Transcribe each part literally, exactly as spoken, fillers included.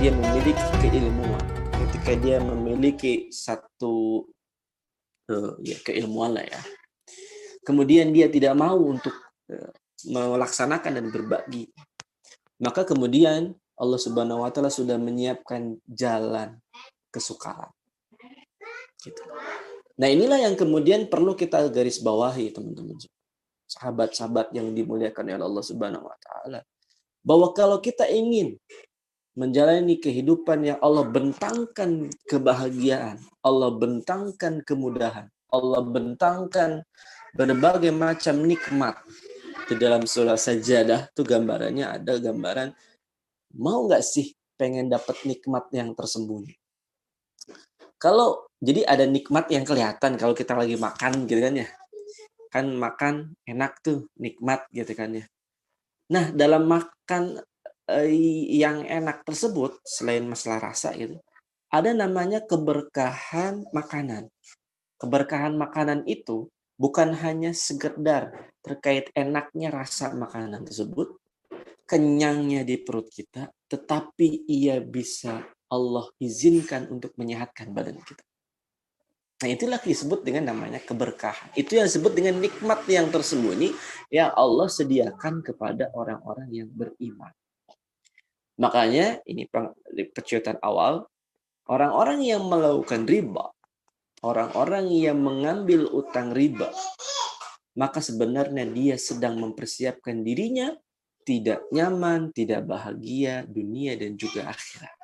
dia memiliki keilmuan, ketika dia memiliki satu uh, ya keilmuan lah ya. Kemudian dia tidak mau untuk uh, melaksanakan dan berbagi, maka kemudian Allah Subhanahu wa taala sudah menyiapkan jalan kesukaran. Gitu. Nah, inilah yang kemudian perlu kita garis bawahi, teman-teman. Sahabat-sahabat yang dimuliakan oleh Allah Subhanahu wa taala. Bahwa kalau kita ingin menjalani kehidupan yang Allah bentangkan kebahagiaan, Allah bentangkan kemudahan, Allah bentangkan berbagai macam nikmat. Di dalam surah Sajadah itu gambarannya ada gambaran, mau nggak sih pengen dapat nikmat yang tersembunyi? Kalau jadi ada nikmat yang kelihatan kalau kita lagi makan gitu kan ya. Kan makan enak tuh, nikmat gitu kan ya. Nah, dalam makan eh, yang enak tersebut selain masalah rasa gitu, ada namanya keberkahan makanan. Keberkahan makanan itu bukan hanya sekedar terkait enaknya rasa makanan tersebut, kenyangnya di perut kita, tetapi ia bisa Allah izinkan untuk menyehatkan badan kita. Nah, itulah disebut dengan namanya keberkahan. Itu yang disebut dengan nikmat yang tersembunyi yang Allah sediakan kepada orang-orang yang beriman. Makanya ini percuitan awal, orang-orang yang melakukan riba, orang-orang yang mengambil utang riba, maka sebenarnya dia sedang mempersiapkan dirinya tidak nyaman, tidak bahagia dunia dan juga akhirat.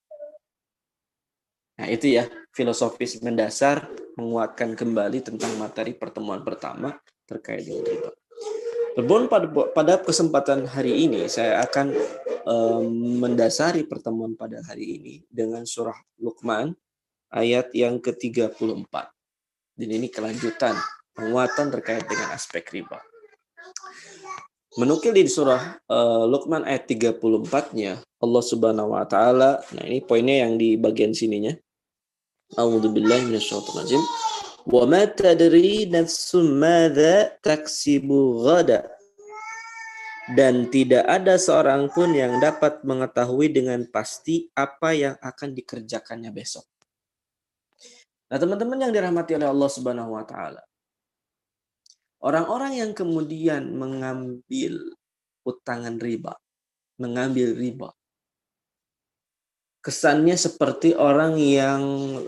Nah, itu ya filosofis mendasar menguatkan kembali tentang materi pertemuan pertama terkait dengan riba. Teman pada, pada kesempatan hari ini saya akan um, mendasari pertemuan pada hari ini dengan surah Luqman ayat yang ke tiga puluh empat. Dan ini kelanjutan penguatan terkait dengan aspek riba. Menukil di surah uh, Luqman ayat tiga puluh empat-nya Allah Subhanahu wa taala, nah ini poinnya yang di bagian sininya. A'udzubillahi minasyaitonir rajim. Wa ma tadri nafsum madza taksibu ghada. Dan tidak ada seorang pun yang dapat mengetahui dengan pasti apa yang akan dikerjakannya besok. Nah, teman-teman yang dirahmati oleh Allah Subhanahu wa taala. Orang-orang yang kemudian mengambil utangan riba, mengambil riba. Kesannya seperti orang yang,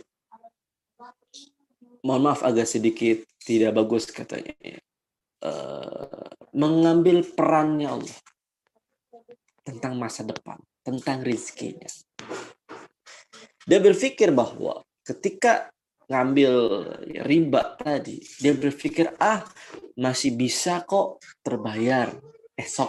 mohon maaf agak sedikit tidak bagus katanya, uh, mengambil perannya Allah tentang masa depan, tentang rezekinya. Dia berpikir bahwa ketika ngambil riba tadi, dia berpikir ah masih bisa kok terbayar esok,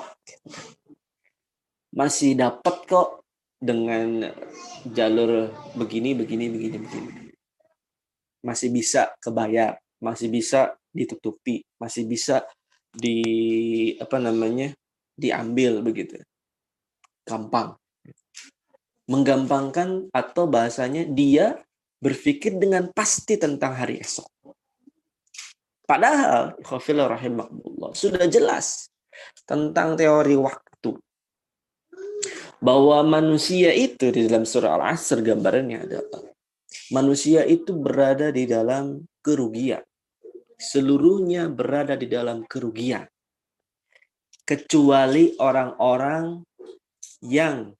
masih dapat kok dengan jalur begini, begini, begini, begini. Masih bisa kebayar, masih bisa ditutupi, masih bisa di apa namanya diambil begitu, gampang, menggampangkan atau bahasanya dia berpikir dengan pasti tentang hari esok. Padahal khafillah rahimakumullah sudah jelas tentang teori waktu bahwa manusia itu di dalam surah Al-Asr gambarannya adalah manusia itu berada di dalam kerugian. Seluruhnya berada di dalam kerugian. Kecuali orang-orang yang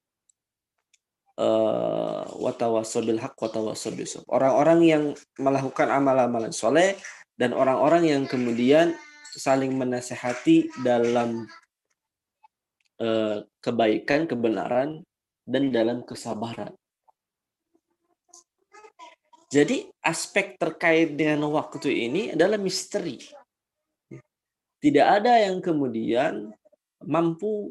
watawassaw bil haqq watawassaw bis sabr. Orang-orang yang melakukan amal-amalan soleh dan orang-orang yang kemudian saling menasehati dalam uh, kebaikan, kebenaran, dan dalam kesabaran. Jadi aspek terkait dengan waktu ini adalah misteri. Tidak ada yang kemudian mampu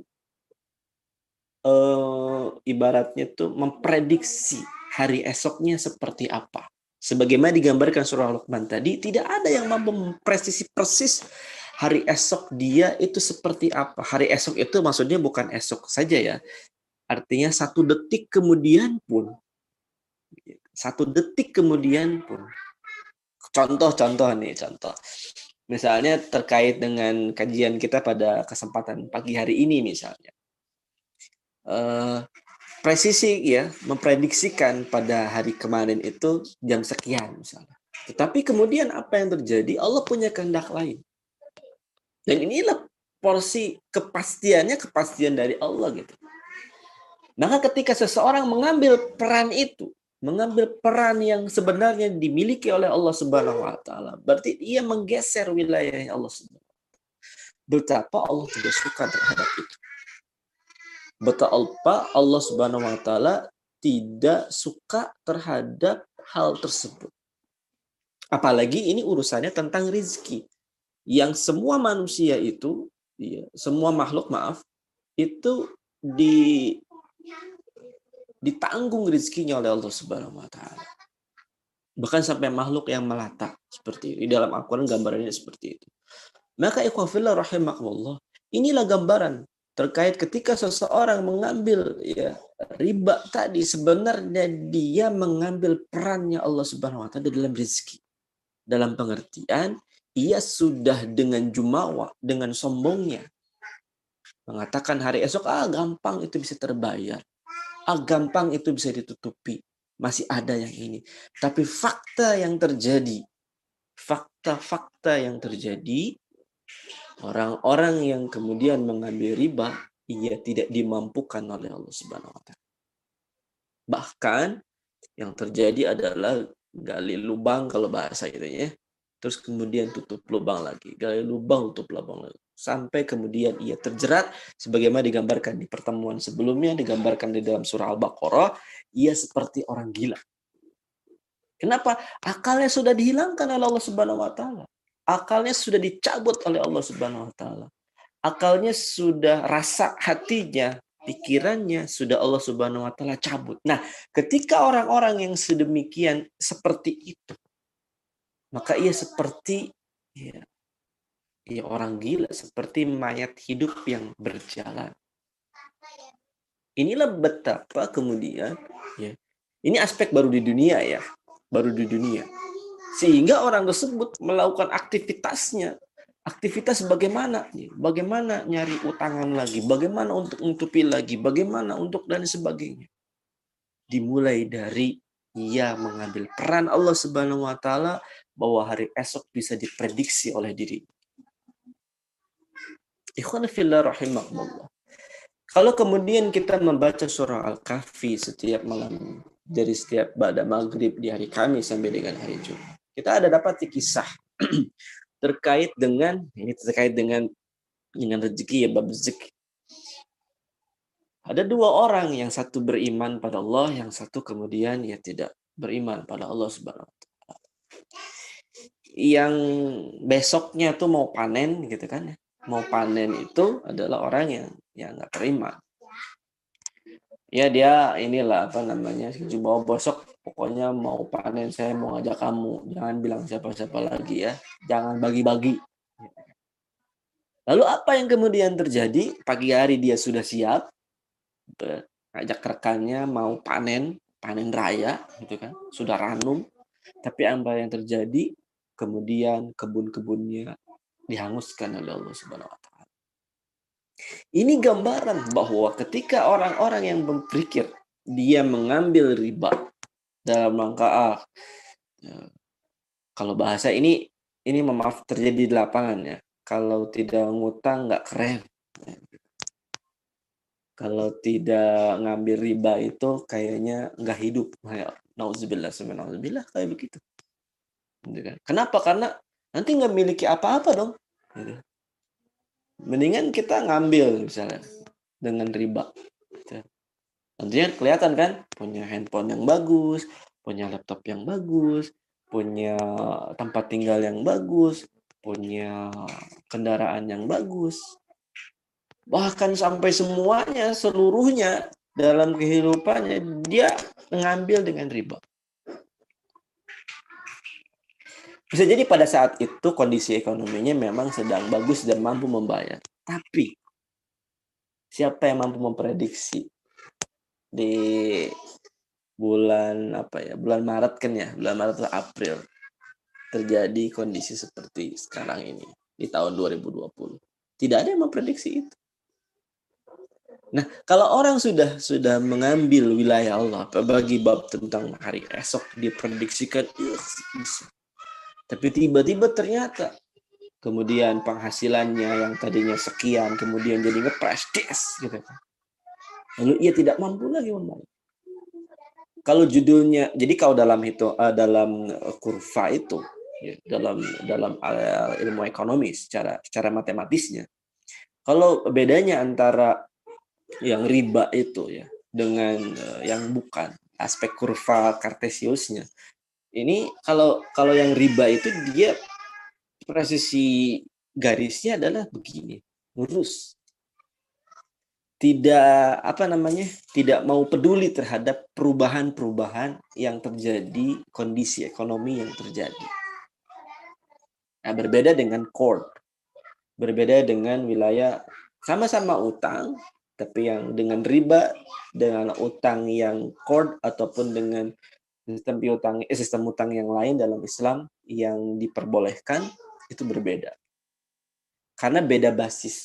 uh, ibaratnya tuh memprediksi hari esoknya seperti apa. Sebagaimana digambarkan surah Luqman tadi, tidak ada yang mampu mempresisi persis hari esok dia itu seperti apa. Hari esok itu maksudnya bukan esok saja ya. Artinya satu detik kemudian pun. Satu detik kemudian pun. Contoh-contoh nih, contoh. Misalnya terkait dengan kajian kita pada kesempatan pagi hari ini misalnya. Uh, presisi ya, memprediksikan pada hari kemarin itu jam sekian misalnya. Tetapi kemudian apa yang terjadi? Allah punya kehendak lain. Dan inilah porsi kepastiannya, kepastian dari Allah gitu. Maka ketika seseorang mengambil peran itu, mengambil peran yang sebenarnya dimiliki oleh Allah Subhanahu wa taala, berarti ia menggeser wilayah Allah Subhanahu. Betapa Allah tidak suka terhadap itu. Betapa Allah Subhanahu wa taala tidak suka terhadap hal tersebut. Apalagi ini urusannya tentang rizki. Yang semua manusia itu, ya, semua makhluk maaf, itu di ditanggung rizkinya oleh Allah Subhanahu wa taala. Bahkan sampai makhluk yang melata seperti itu. Di dalam Al-Qur'an gambarannya seperti itu. Maka ikhwan fillah rahimakumullah, inilah gambaran terkait ketika seseorang mengambil ya riba tadi, sebenarnya dia mengambil perannya Allah Subhanahu wa taala dalam rezeki. Dalam pengertian ia sudah dengan jumawa, dengan sombongnya mengatakan hari esok ah gampang itu bisa terbayar. Ah gampang itu bisa ditutupi. Masih ada yang ini. Tapi fakta yang terjadi, fakta-fakta yang terjadi, orang-orang yang kemudian mengambil riba, ia tidak dimampukan oleh Allah Subhanahu wa taala. Bahkan yang terjadi adalah gali lubang kalau bahasa itu ya. Terus kemudian tutup lubang lagi, gali lubang tutup lubang lagi. Sampai kemudian ia terjerat sebagaimana digambarkan di pertemuan sebelumnya, digambarkan di dalam surah Al-Baqarah, ia seperti orang gila. Kenapa? Akalnya sudah dihilangkan oleh Allah Subhanahu wa taala. Akalnya sudah dicabut oleh Allah Subhanahu wa taala. Akalnya sudah, rasa hatinya, pikirannya sudah Allah Subhanahu wa taala cabut. Nah, ketika orang-orang yang sedemikian seperti itu, maka ia seperti ya, ya orang gila, seperti mayat hidup yang berjalan. Inilah betapa kemudian ya. Ini aspek baru di dunia ya. Baru di dunia. Sehingga orang tersebut melakukan aktivitasnya. Aktivitas bagaimana? Bagaimana nyari utangan lagi? Bagaimana untuk menutupi lagi? Bagaimana untuk dan sebagainya? Dimulai dari ia mengambil peran Allah Subhanahu wa taala bahwa hari esok bisa diprediksi oleh diri. Ikhwan fillah rahimakumullah. Kalau kemudian kita membaca surah Al-Kahfi setiap malam, dari setiap ba'da maghrib di hari Kamis sampai dengan hari Jumat, kita ada dapat kisah terkait dengan ini terkait dengan dengan rezeki ya, bab rezeki. Ada dua orang, yang satu beriman pada Allah, yang satu kemudian ya tidak beriman pada Allah Subhanahu wa taala. Yang besoknya tuh mau panen gitu kan ya. Mau panen itu adalah orang yang yang enggak beriman. Ya dia inilah apa namanya, bawa bosok pokoknya mau panen, saya mau ngajak kamu, jangan bilang siapa-siapa lagi ya, jangan bagi-bagi. Lalu apa yang kemudian terjadi? Pagi hari dia sudah siap, ngajak rekannya mau panen, panen raya gitu kan, sudah ranum. Tapi apa yang terjadi? Kemudian kebun-kebunnya dihanguskan oleh Allah Subhanahu wa taala. Ini gambaran bahwa ketika orang-orang yang berpikir dia mengambil riba dalam rangka ah, ya, kalau bahasa ini ini maaf terjadi di lapangan ya. Kalau tidak ngutang nggak keren. Kalau tidak ngambil riba itu kayaknya nggak hidup. Nauzubillah, nauzubillah kayak begitu. Kenapa? Karena nanti nggak miliki apa-apa dong. Mendingan kita ngambil misalnya dengan riba. Nantinya kelihatan kan, punya handphone yang bagus, punya laptop yang bagus, punya tempat tinggal yang bagus, punya kendaraan yang bagus. Bahkan sampai semuanya, seluruhnya dalam kehidupannya dia mengambil dengan riba. Bisa jadi pada saat itu kondisi ekonominya memang sedang bagus dan mampu membayar. Tapi siapa yang mampu memprediksi di bulan apa ya? Bulan Maret kan ya, bulan Maret atau April terjadi kondisi seperti sekarang ini di tahun dua ribu dua puluh. Tidak ada yang memprediksi itu. Nah, kalau orang sudah sudah mengambil wilayah Allah, bagi bab tentang hari esok, dia prediksikan, tapi tiba-tiba ternyata kemudian penghasilannya yang tadinya sekian, kemudian jadi ngepres, des, gitu. Lalu ia tidak mampu lagi membayar. Kalau judulnya, jadi kalau dalam itu uh, dalam kurva itu, ya, dalam dalam uh, ilmu ekonomi secara secara matematisnya, kalau bedanya antara yang riba itu ya dengan uh, yang bukan, aspek kurva kartesiusnya, ini kalau kalau yang riba itu dia presisi garisnya adalah begini, lurus. Tidak apa namanya tidak mau peduli terhadap perubahan-perubahan yang terjadi, kondisi ekonomi yang terjadi. Nah, berbeda dengan core, berbeda dengan wilayah sama-sama utang, tapi yang dengan riba, dengan utang yang core ataupun dengan sistem utang eh, sistem utang yang lain dalam Islam yang diperbolehkan itu berbeda karena beda basis.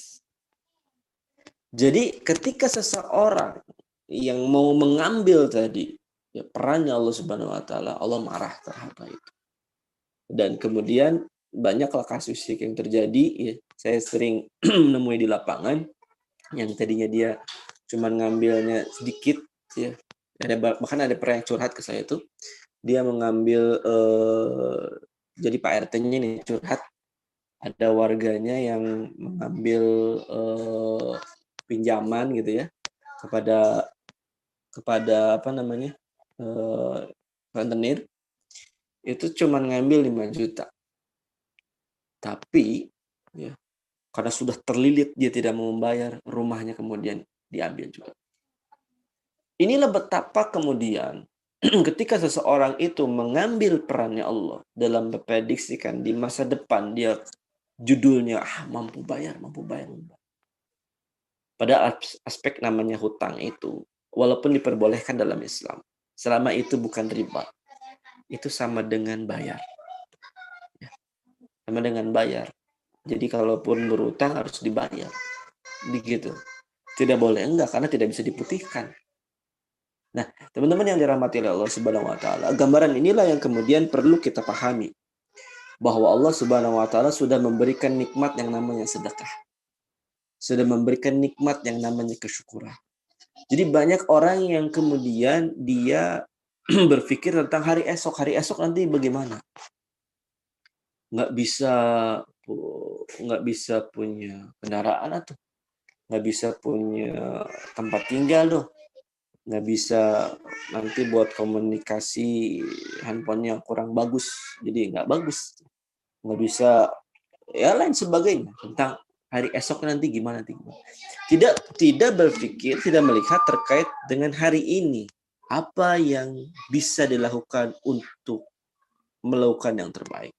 Jadi ketika seseorang yang mau mengambil tadi ya perannya Allah Subhanahu wa taala, Allah marah terhadap itu. Dan kemudian banyaklah kasus yang terjadi ya. Saya sering menemui di lapangan yang tadinya dia cuma ngambilnya sedikit ya. Ada bahkan ada pernah yang curhat ke saya itu, dia mengambil eh, jadi Pak R T-nya ini curhat, ada warganya yang mengambil eh, pinjaman gitu ya kepada kepada apa namanya eh, rentenir itu cuma ngambil lima juta, tapi ya karena sudah terlilit dia tidak mau membayar, rumahnya kemudian diambil juga. Inilah betapa kemudian ketika seseorang itu mengambil perannya Allah dalam memprediksikan di masa depan, dia judulnya ah mampu bayar, mampu bayar, mampu bayar. Pada aspek namanya hutang itu, walaupun diperbolehkan dalam Islam, selama itu bukan riba, itu sama dengan bayar. Ya, sama dengan bayar. Jadi kalaupun berutang harus dibayar. Begitu. Tidak boleh enggak, karena tidak bisa diputihkan. Nah, teman-teman yang dirahmati oleh Allah Subhanahu wa taala, gambaran inilah yang kemudian perlu kita pahami. Bahwa Allah Subhanahu wa taala sudah memberikan nikmat yang namanya sedekah. Sudah memberikan nikmat yang namanya kesyukuran. Jadi banyak orang yang kemudian dia berpikir tentang hari esok. Hari esok nanti bagaimana? Nggak bisa nggak bisa punya kendaraan atau nggak bisa punya tempat tinggal loh. Nggak bisa nanti buat komunikasi handphonenya kurang bagus. Jadi nggak bagus. Nggak bisa ya lain sebagainya tentang hari esok nanti gimana nanti gimana. Tidak tidak berpikir, tidak melihat terkait dengan hari ini. Apa yang bisa dilakukan untuk melakukan yang terbaik?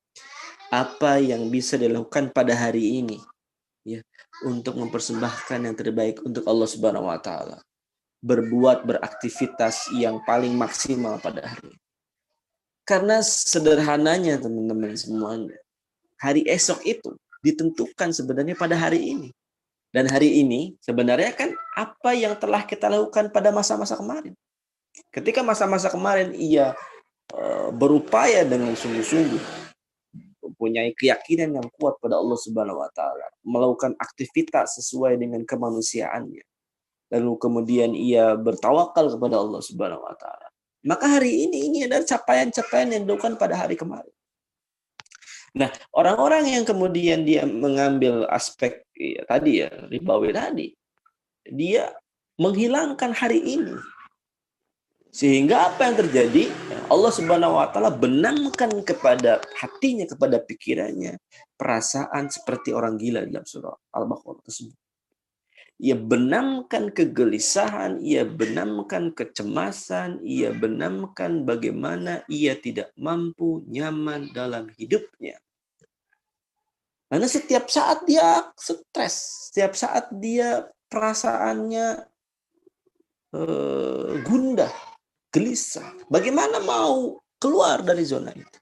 Apa yang bisa dilakukan pada hari ini ya untuk mempersembahkan yang terbaik untuk Allah Subhanahu wa taala. Berbuat beraktivitas yang paling maksimal pada hari ini. Karena sederhananya teman-teman semuanya, hari esok itu ditentukan sebenarnya pada hari ini. Dan hari ini sebenarnya kan apa yang telah kita lakukan pada masa-masa kemarin. Ketika masa-masa kemarin ia e, berupaya dengan sungguh-sungguh, mempunyai keyakinan yang kuat pada Allah Subhanahu wa taala, melakukan aktivitas sesuai dengan kemanusiaannya. Lalu kemudian ia bertawakal kepada Allah Subhanahu wa taala. Maka hari ini ini adalah capaian-capaian yang dilakukan pada hari kemarin. Nah, orang-orang yang kemudian dia mengambil aspek ya, tadi ya, ribawi tadi, dia menghilangkan hari ini. Sehingga apa yang terjadi? Allah Subhanahu wa taala benamkan kepada hatinya, kepada pikirannya, perasaan seperti orang gila dalam surah Al-Baqarah tersebut. Ia benamkan kegelisahan, ia benamkan kecemasan, ia benamkan bagaimana ia tidak mampu nyaman dalam hidupnya. Karena setiap saat dia stres, setiap saat dia perasaannya uh, gundah, gelisah. Bagaimana mau keluar dari zona itu?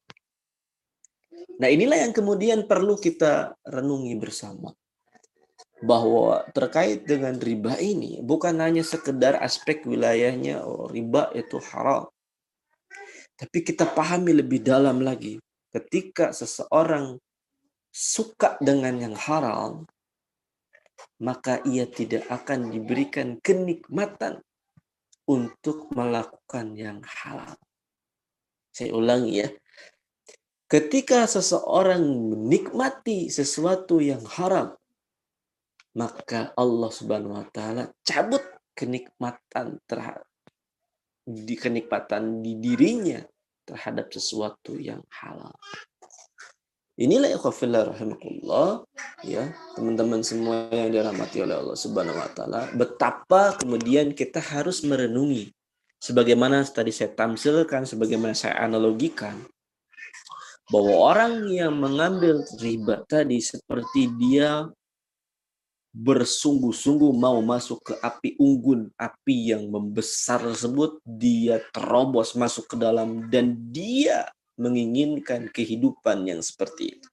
Nah inilah yang kemudian perlu kita renungi bersama. bahwa terkait dengan riba ini bukan hanya sekedar aspek wilayahnya, oh, riba itu haram. Tapi kita pahami lebih dalam lagi. Ketika seseorang suka dengan yang haram, maka ia tidak akan diberikan kenikmatan untuk melakukan yang halal. Saya ulangi ya. Ketika seseorang menikmati sesuatu yang haram, maka Allah Subhanahu wa taala cabut kenikmatan terhadap di kenikmatan di dirinya terhadap sesuatu yang halal. Inilah ikhwafillah rahimakumullah, ya, teman-teman semua yang dirahmati oleh Allah Subhanahu wa taala, betapa kemudian kita harus merenungi sebagaimana tadi saya tamsilkan, sebagaimana saya analogikan, bahwa orang yang mengambil riba tadi seperti dia bersungguh-sungguh mau masuk ke api unggun, api yang membesar tersebut, dia terobos masuk ke dalam dan dia menginginkan kehidupan yang seperti itu.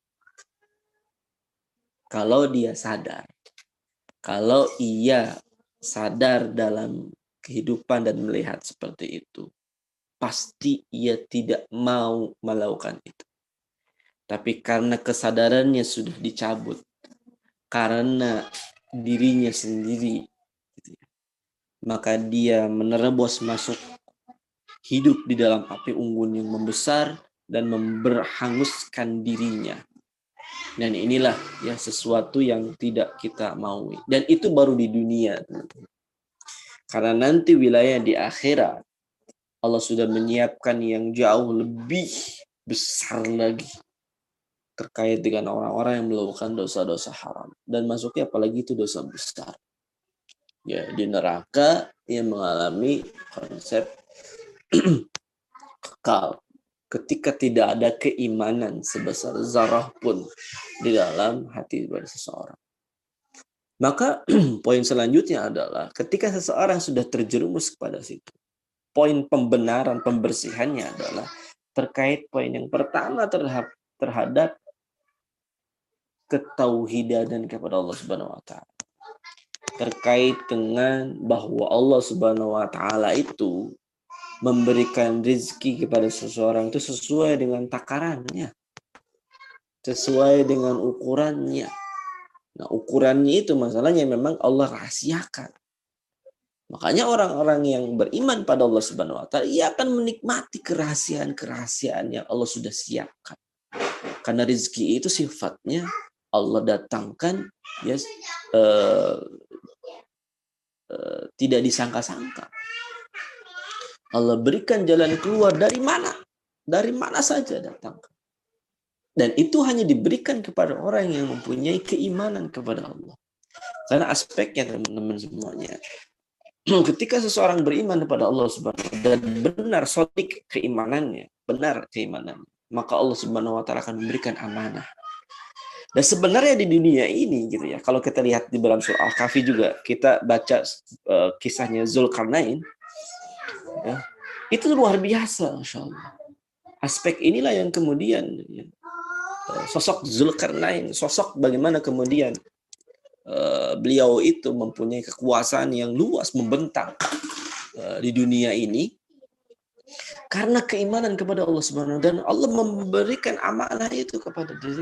Kalau dia sadar, kalau ia sadar dalam kehidupan dan melihat seperti itu, pasti ia tidak mau melakukan itu. Tapi karena kesadarannya sudah dicabut, karena dirinya sendiri, maka dia menerobos masuk, hidup di dalam api unggun yang membesar dan memberhanguskan dirinya. Dan inilah ya sesuatu yang tidak kita maui. Dan itu baru di dunia. Karena nanti wilayah di akhirat, Allah sudah menyiapkan yang jauh lebih besar lagi terkait dengan orang-orang yang melakukan dosa-dosa haram. Dan masuknya apalagi itu dosa besar. Ya, di neraka yang mengalami konsep kekal ketika tidak ada keimanan sebesar zarah pun di dalam hati seseorang. Maka poin selanjutnya adalah ketika seseorang sudah terjerumus kepada situ, poin pembenaran pembersihannya adalah terkait poin yang pertama terhadap terhadap ketauhidan kepada Allah Subhanahu wa taala. Terkait dengan bahwa Allah Subhanahu wa taala itu memberikan rezeki kepada seseorang itu sesuai dengan takarannya, sesuai dengan ukurannya. Nah, ukurannya itu masalahnya memang Allah rahasiakan. Makanya orang-orang yang beriman pada Allah Subhanahu wa taala, ia akan menikmati kerahasiaan-kerahasiaan yang Allah sudah siapkan. Karena rezeki itu sifatnya Allah datangkan, ya, uh, uh, tidak disangka-sangka. Allah berikan jalan keluar dari mana? Dari mana saja datang. Dan itu hanya diberikan kepada orang yang mempunyai keimanan kepada Allah. Karena aspeknya teman-teman semuanya, ketika seseorang beriman kepada Allah Subhanahu wa taala dan benar sodik keimanannya, benar keimanannya, maka Allah Subhanahu wa taala akan memberikan amanah. Dan sebenarnya di dunia ini gitu ya, kalau kita lihat di dalam surah Al-Kahfi juga kita baca uh, kisahnya Zulkarnain, ya, itu luar biasa, Masya Allah. Aspek inilah yang kemudian ya, sosok Zulkarnain, sosok bagaimana kemudian uh, beliau itu mempunyai kekuasaan yang luas membentang uh, di dunia ini karena keimanan kepada Allah Subhanahu wa taala, dan Allah memberikan amanah itu kepada diri.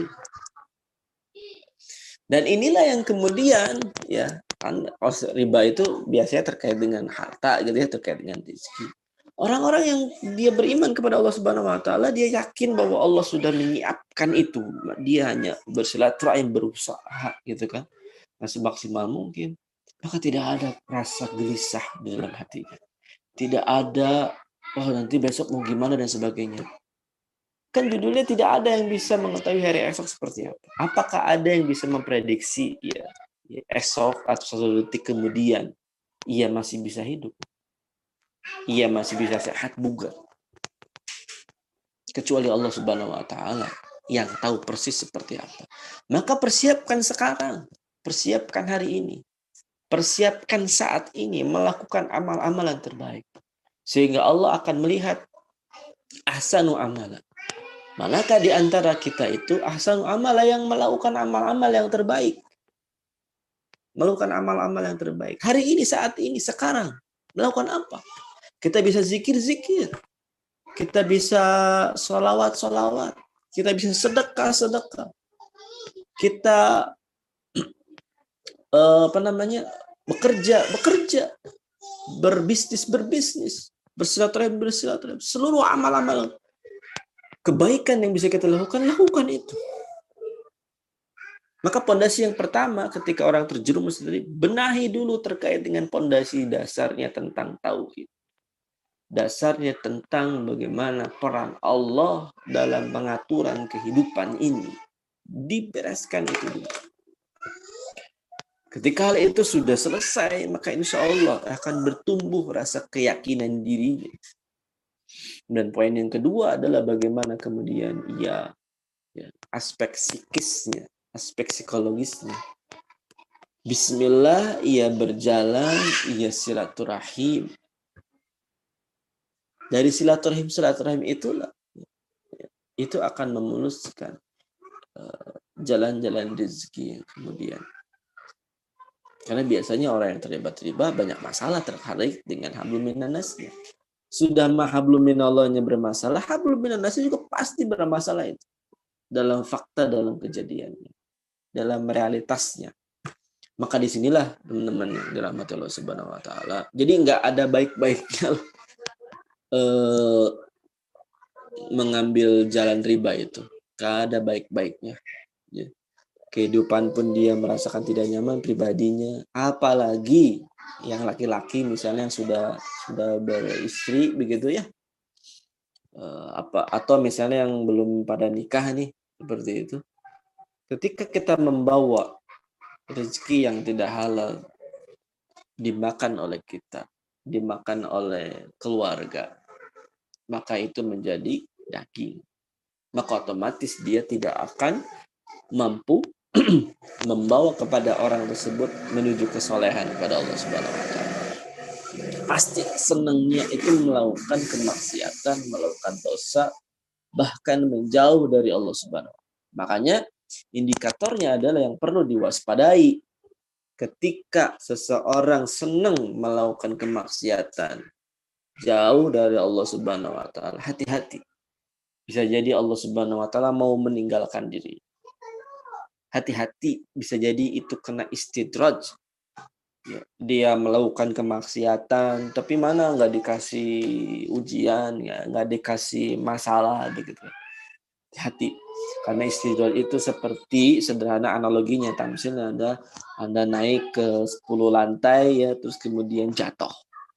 Dan inilah yang kemudian ya kan, riba itu biasanya terkait dengan harta gitu ya, terkait dengan rezeki. Orang-orang yang dia beriman kepada Allah Subhanahu wa taala, dia yakin bahwa Allah sudah menyiapkan itu. Dia hanya bersilaturahim, berusaha gitu kan. Nah, semaksimal mungkin. Maka tidak ada rasa gelisah di dalam hatinya. Tidak ada, oh nanti besok mau gimana dan sebagainya. Kan judulnya tidak ada yang bisa mengetahui hari esok seperti apa. Apakah ada yang bisa memprediksi ya, ya esok atau satu detik kemudian ia masih bisa hidup? Ia masih bisa sehat bugar. Kecuali Allah Subhanahu wa taala yang tahu persis seperti apa. Maka persiapkan sekarang, persiapkan hari ini. Persiapkan saat ini melakukan amal-amalan terbaik. Sehingga Allah akan melihat ahsanu amalan. Manakah di antara kita itu ahsanu amala yang melakukan amal-amal yang terbaik? melakukan amal-amal yang terbaik. Hari ini, saat ini, sekarang, melakukan apa? Kita bisa zikir-zikir. Kita bisa sholawat-sholawat. Kita bisa sedekah-sedekah. Kita eh, apa namanya bekerja, bekerja. Berbisnis, berbisnis. Bersilaturahim, bersilaturahim. Seluruh amal-amal kebaikan yang bisa kita lakukan, lakukan itu. Maka pondasi yang pertama ketika orang terjerumus tadi, benahi dulu terkait dengan pondasi dasarnya tentang tauhid. Dasarnya tentang bagaimana peran Allah dalam pengaturan kehidupan ini. Dibereskan itu dulu. Ketika hal itu sudah selesai, maka insya Allah akan bertumbuh rasa keyakinan dirinya. Dan poin yang kedua adalah bagaimana kemudian ia ya, aspek psikisnya, aspek psikologisnya. Bismillah, ia berjalan, ia silaturahim. Dari silaturahim silaturahim itulah itu akan memuluskan uh, jalan-jalan rezeki yang kemudian. Karena biasanya orang yang terlibat riba banyak masalah terkait dengan hablum minan nasnya. Sudah mah hablum minallahnya bermasalah, hablum minan nasnya juga pasti bermasalah itu. Dalam fakta, dalam kejadiannya, dalam realitasnya. Maka disinilah teman-teman yang dirahmati Allah Subhanahu Wa Taala. Jadi nggak ada baik-baiknya eh, mengambil jalan riba itu. Nggak ada baik-baiknya. Ya. Kehidupan pun dia merasakan tidak nyaman pribadinya. Apalagi yang laki-laki misalnya yang sudah sudah beristri begitu ya. Eh, apa atau misalnya yang belum pada nikah nih seperti itu. Ketika kita membawa rezeki yang tidak halal dimakan oleh kita, dimakan oleh keluarga, maka itu menjadi daging. Maka otomatis dia tidak akan mampu membawa kepada orang tersebut menuju kesolehan kepada Allah Subhanahu Wa Taala. Pasti senangnya itu melakukan kemaksiatan, melakukan dosa, bahkan menjauh dari Allah Subhanahu Wa Taala. Makanya indikatornya adalah yang perlu diwaspadai. Ketika seseorang senang melakukan kemaksiatan, jauh dari Allah Subhanahu Wa Taala, hati-hati. Bisa jadi Allah Subhanahu Wa Taala mau meninggalkan diri. Hati-hati, bisa jadi itu kena istidraj. Ya, dia melakukan kemaksiatan, tapi mana nggak dikasih ujian, ya, nggak dikasih masalah begitu. Hati, karena istidraj itu seperti sederhana analoginya, tamsil ada Anda naik ke sepuluh lantai ya, terus kemudian jatuh.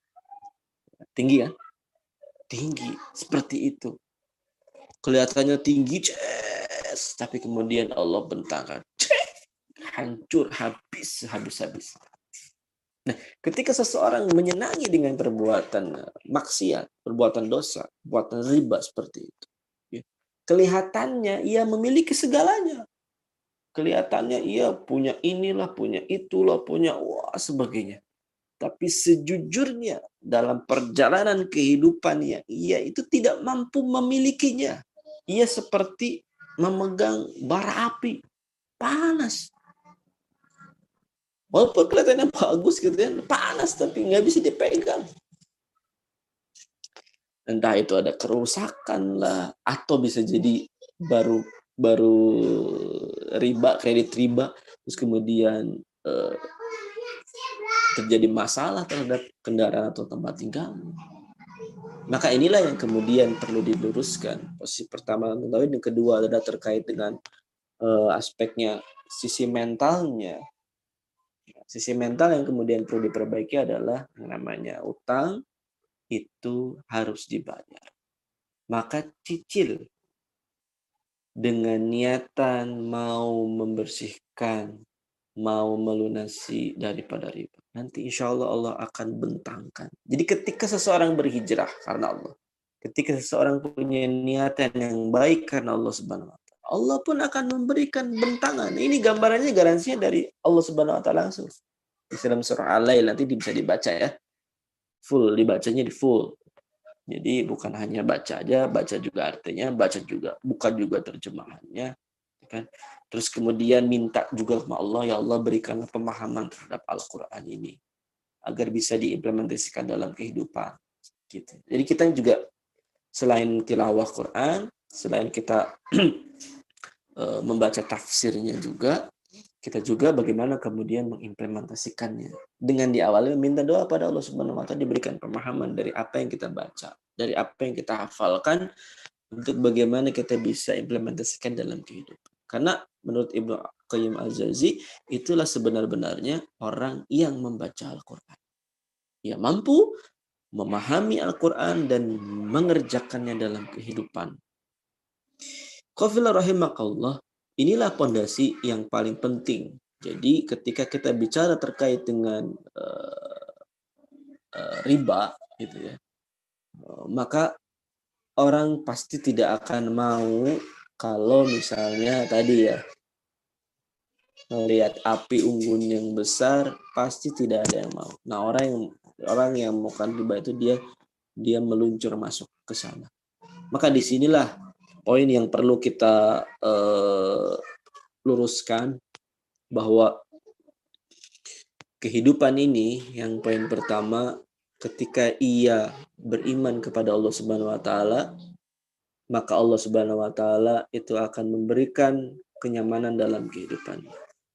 Tinggi kan? Tinggi, seperti itu. Kelihatannya tinggi, ces, tapi kemudian Allah bentangkan, hancur, habis, habis-habis. Nah, ketika seseorang menyenangi dengan perbuatan maksiat, perbuatan dosa, perbuatan riba seperti itu, ya, kelihatannya ia memiliki segalanya. Kelihatannya ia punya inilah, punya itulah, punya wah sebagainya. Tapi sejujurnya dalam perjalanan kehidupannya, ia itu tidak mampu memilikinya. Ia seperti memegang bara api, panas. Walaupun kelihatannya bagus gitu ya, panas tapi nggak bisa dipegang. Entah itu ada kerusakan lah, atau bisa jadi baru baru riba, kredit riba, terus kemudian eh, terjadi masalah terhadap kendaraan atau tempat tinggal. Maka inilah yang kemudian perlu diluruskan. Posisi pertama tentang yang kedua adalah terkait dengan uh, aspeknya sisi mentalnya. Sisi mental yang kemudian perlu diperbaiki adalah yang namanya utang itu harus dibayar. Maka cicil dengan niatan mau membersihkan, mau melunasi daripada riba. Nanti insya Allah Allah akan bentangkan. Jadi ketika seseorang berhijrah karena Allah, ketika seseorang punya niatan yang baik karena Allah Subhanahu Wa Taala, Allah pun akan memberikan bentangan. Ini gambarannya, garansinya dari Allah Subhanahu Wa Taala langsung. Di dalam surah Al-Lail nanti bisa dibaca ya, full dibacanya di full. Jadi bukan hanya baca aja, baca juga artinya, baca juga, bukan juga terjemahannya. kan? Terus kemudian minta juga sama Allah, ya Allah berikanlah pemahaman terhadap Al-Quran ini agar bisa diimplementasikan dalam kehidupan. Gitu. Jadi kita juga selain tilawah Quran, selain kita membaca tafsirnya juga, kita juga bagaimana kemudian mengimplementasikannya. Dengan diawali meminta doa pada Allah Subhanahu wa taala diberikan pemahaman dari apa yang kita baca, dari apa yang kita hafalkan untuk bagaimana kita bisa implementasikan dalam kehidupan. Karena menurut Ibnu Qayyim Al-Jauzi itulah sebenar-benarnya orang yang membaca Al-Qur'an. Ia mampu memahami Al-Qur'an dan mengerjakannya dalam kehidupan. Qafillah rahimakallah, inilah pondasi yang paling penting. Jadi ketika kita bicara terkait dengan uh, uh, riba gitu ya, uh, maka orang pasti tidak akan mau kalau misalnya tadi ya melihat api unggun yang besar, pasti tidak ada yang mau. Nah, orang yang orang yang melakukan riba itu dia dia meluncur masuk ke sana. Maka disinilah poin yang perlu kita uh, luruskan, bahwa kehidupan ini yang poin pertama, ketika ia beriman kepada Allah Subhanahu wa taala, maka Allah Subhanahu wa taala itu akan memberikan kenyamanan dalam kehidupan.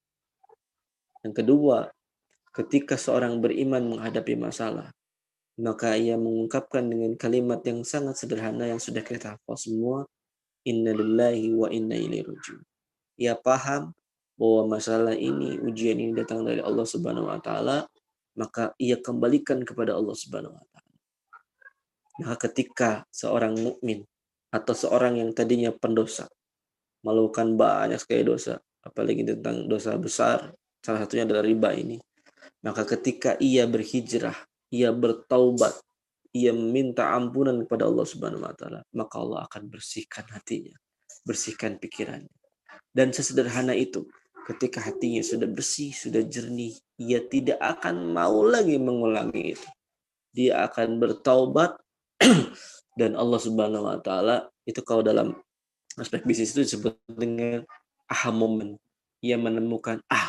Yang kedua, ketika seorang beriman menghadapi masalah, maka ia mengungkapkan dengan kalimat yang sangat sederhana yang sudah kita hafal semua, inna lillahi wa inna ilaihi raji'un. Ia paham bahwa masalah ini, ujian ini datang dari Allah Subhanahu wa taala, maka ia kembalikan kepada Allah Subhanahu wa taala. Maka ketika seorang mukmin atau seorang yang tadinya pendosa melakukan banyak sekali dosa, apalagi tentang dosa besar, salah satunya adalah riba ini, maka ketika ia berhijrah, ia bertaubat, ia meminta ampunan kepada Allah Subhanahu wa taala, maka Allah akan bersihkan hatinya, bersihkan pikirannya. Dan sesederhana itu, ketika hatinya sudah bersih, sudah jernih, ia tidak akan mau lagi mengulangi itu. Dia akan bertaubat dan Allah Subhanahu wa taala itu kalau dalam aspek bisnis itu disebut dengan aha moment. Ia menemukan, ah,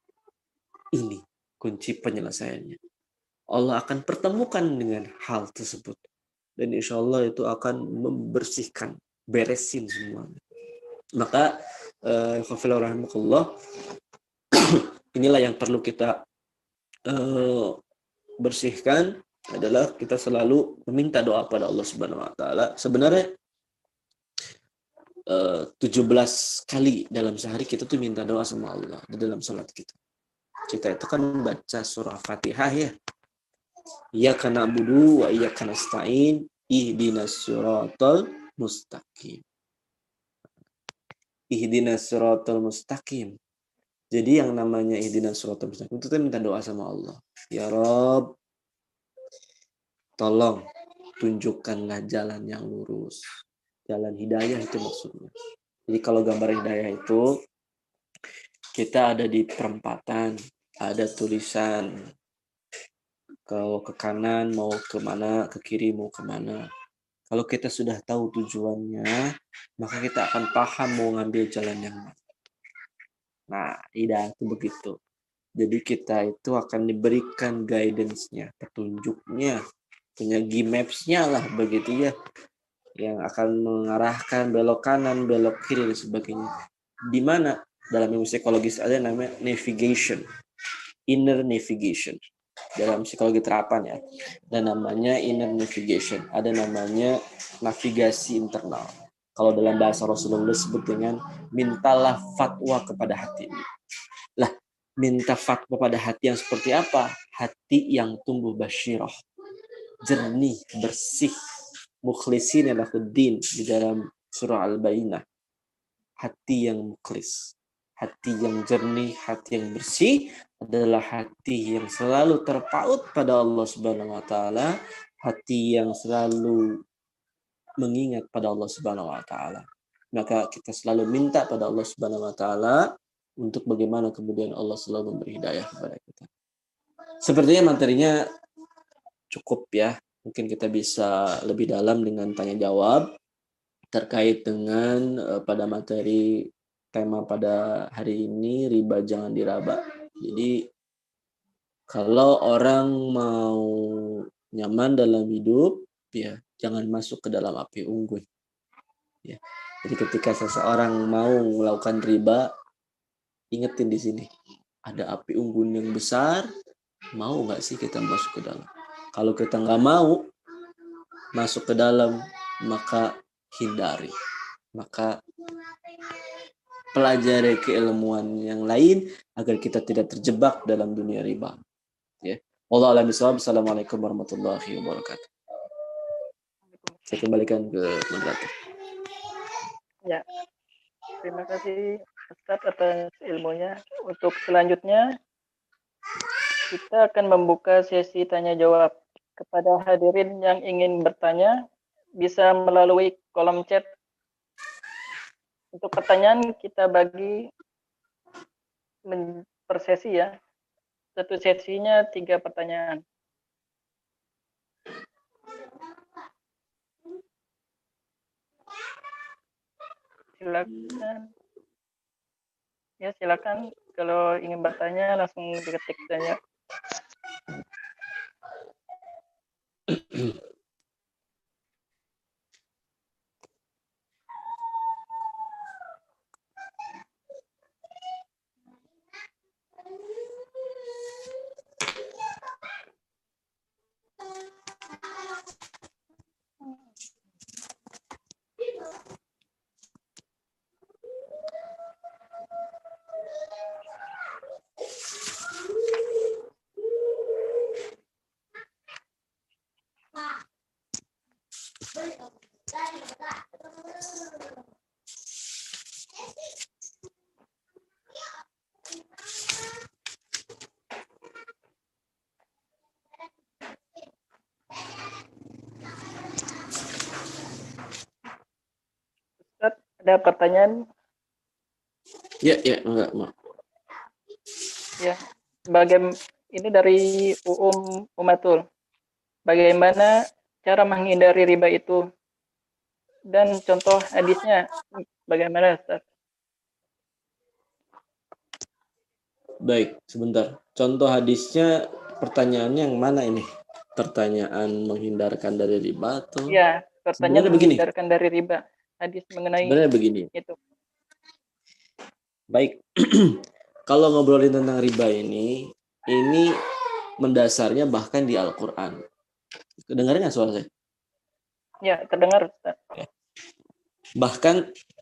ini kunci penyelesaiannya. Allah akan pertemukan dengan hal tersebut. Dan insya Allah itu akan membersihkan, beresin semuanya. Maka Khafillah uh, rahmatullah, inilah yang perlu kita uh, bersihkan, adalah kita selalu meminta doa pada Allah Subhanahu wa taala. Sebenarnya uh, tujuh belas kali dalam sehari kita tuh minta doa sama Allah di dalam salat kita. Kita itu kan membaca surah Fatihah ya. Iyyaka na'budu wa iyyaka nasta'in ihdinas siratal mustaqim. Ihdinas siratal mustaqim. Jadi yang namanya ihdinas siratal mustaqim itu kita minta doa sama Allah. Ya Rabb, tolong tunjukkanlah jalan yang lurus. Jalan hidayah itu maksudnya. Jadi kalau gambar hidayah itu, kita ada di perempatan, ada tulisan, kalau ke kanan mau kemana, ke kiri mau kemana. Kalau kita sudah tahu tujuannya, maka kita akan paham mau ngambil jalan yang mana. Nah, hidayah itu begitu. Jadi kita itu akan diberikan guidance-nya, petunjuknya, punya G-Maps-nya lah begitu ya, yang akan mengarahkan belok kanan, belok kiri dan sebagainya. Di mana dalam ilmu psikologis ada namanya navigation, inner navigation. Dalam psikologi terapan ya, dan namanya inner navigation, ada namanya navigasi internal. Kalau dalam bahasa Rasulullah disebut dengan mintalah fatwa kepada hati. Lah, minta fatwa pada hati yang seperti apa? Hati yang tumbuh basyirah, jernih, bersih, mukhlisin lahuddin di dalam surah Al-Bayyinah. Hati yang mukhlis, hati yang jernih, hati yang bersih adalah hati yang selalu terpaut pada Allah Subhanahu wa taala, hati yang selalu mengingat pada Allah Subhanahu wa taala. Maka kita selalu minta pada Allah Subhanahu wa taala untuk bagaimana kemudian Allah selalu memberi hidayah kepada kita. Sepertinya materinya cukup ya. Mungkin kita bisa lebih dalam dengan tanya jawab terkait dengan uh, pada materi tema pada hari ini, riba jangan diraba. Jadi kalau orang mau nyaman dalam hidup, ya jangan masuk ke dalam api unggun. Ya. Jadi ketika seseorang mau melakukan riba, ingetin di sini, ada api unggun yang besar, mau nggak sih kita masuk ke dalam? Kalau kita nggak mau masuk ke dalam, maka hindari. Maka pelajari keilmuan yang lain agar kita tidak terjebak dalam dunia riba. Ya. Wallahu a'lam bishawab. Assalamualaikum warahmatullahi wabarakatuh. Saya kembalikan ke moderator. Ya, terima kasih Ustadz atas ilmunya. Untuk selanjutnya kita akan membuka sesi tanya jawab. Kepada hadirin yang ingin bertanya bisa melalui kolom chat. Untuk pertanyaan kita bagi per sesi ya. Satu sesinya tiga pertanyaan. Silakan. Ya, silakan kalau ingin bertanya langsung diketik saja. Ustaz, ada pertanyaan? Ya, ya, enggak, Mak. Ya, bagaimana ini dari Uum Umatul. Bagaimana cara menghindari riba itu? Dan contoh hadisnya bagaimana, Ustaz? Baik, sebentar. Contoh hadisnya, pertanyaannya yang mana ini? Pertanyaan menghindarkan dari riba atau? Ya, pertanyaan Sebenarnya begini. menghindarkan dari riba. Hadis mengenai Sebenarnya begini. itu. Baik, kalau ngobrolin tentang riba ini, ini mendasarnya bahkan di Al-Quran. Kedengaran nggak suara saya? Ya, terdengar, Ustaz. Bahkan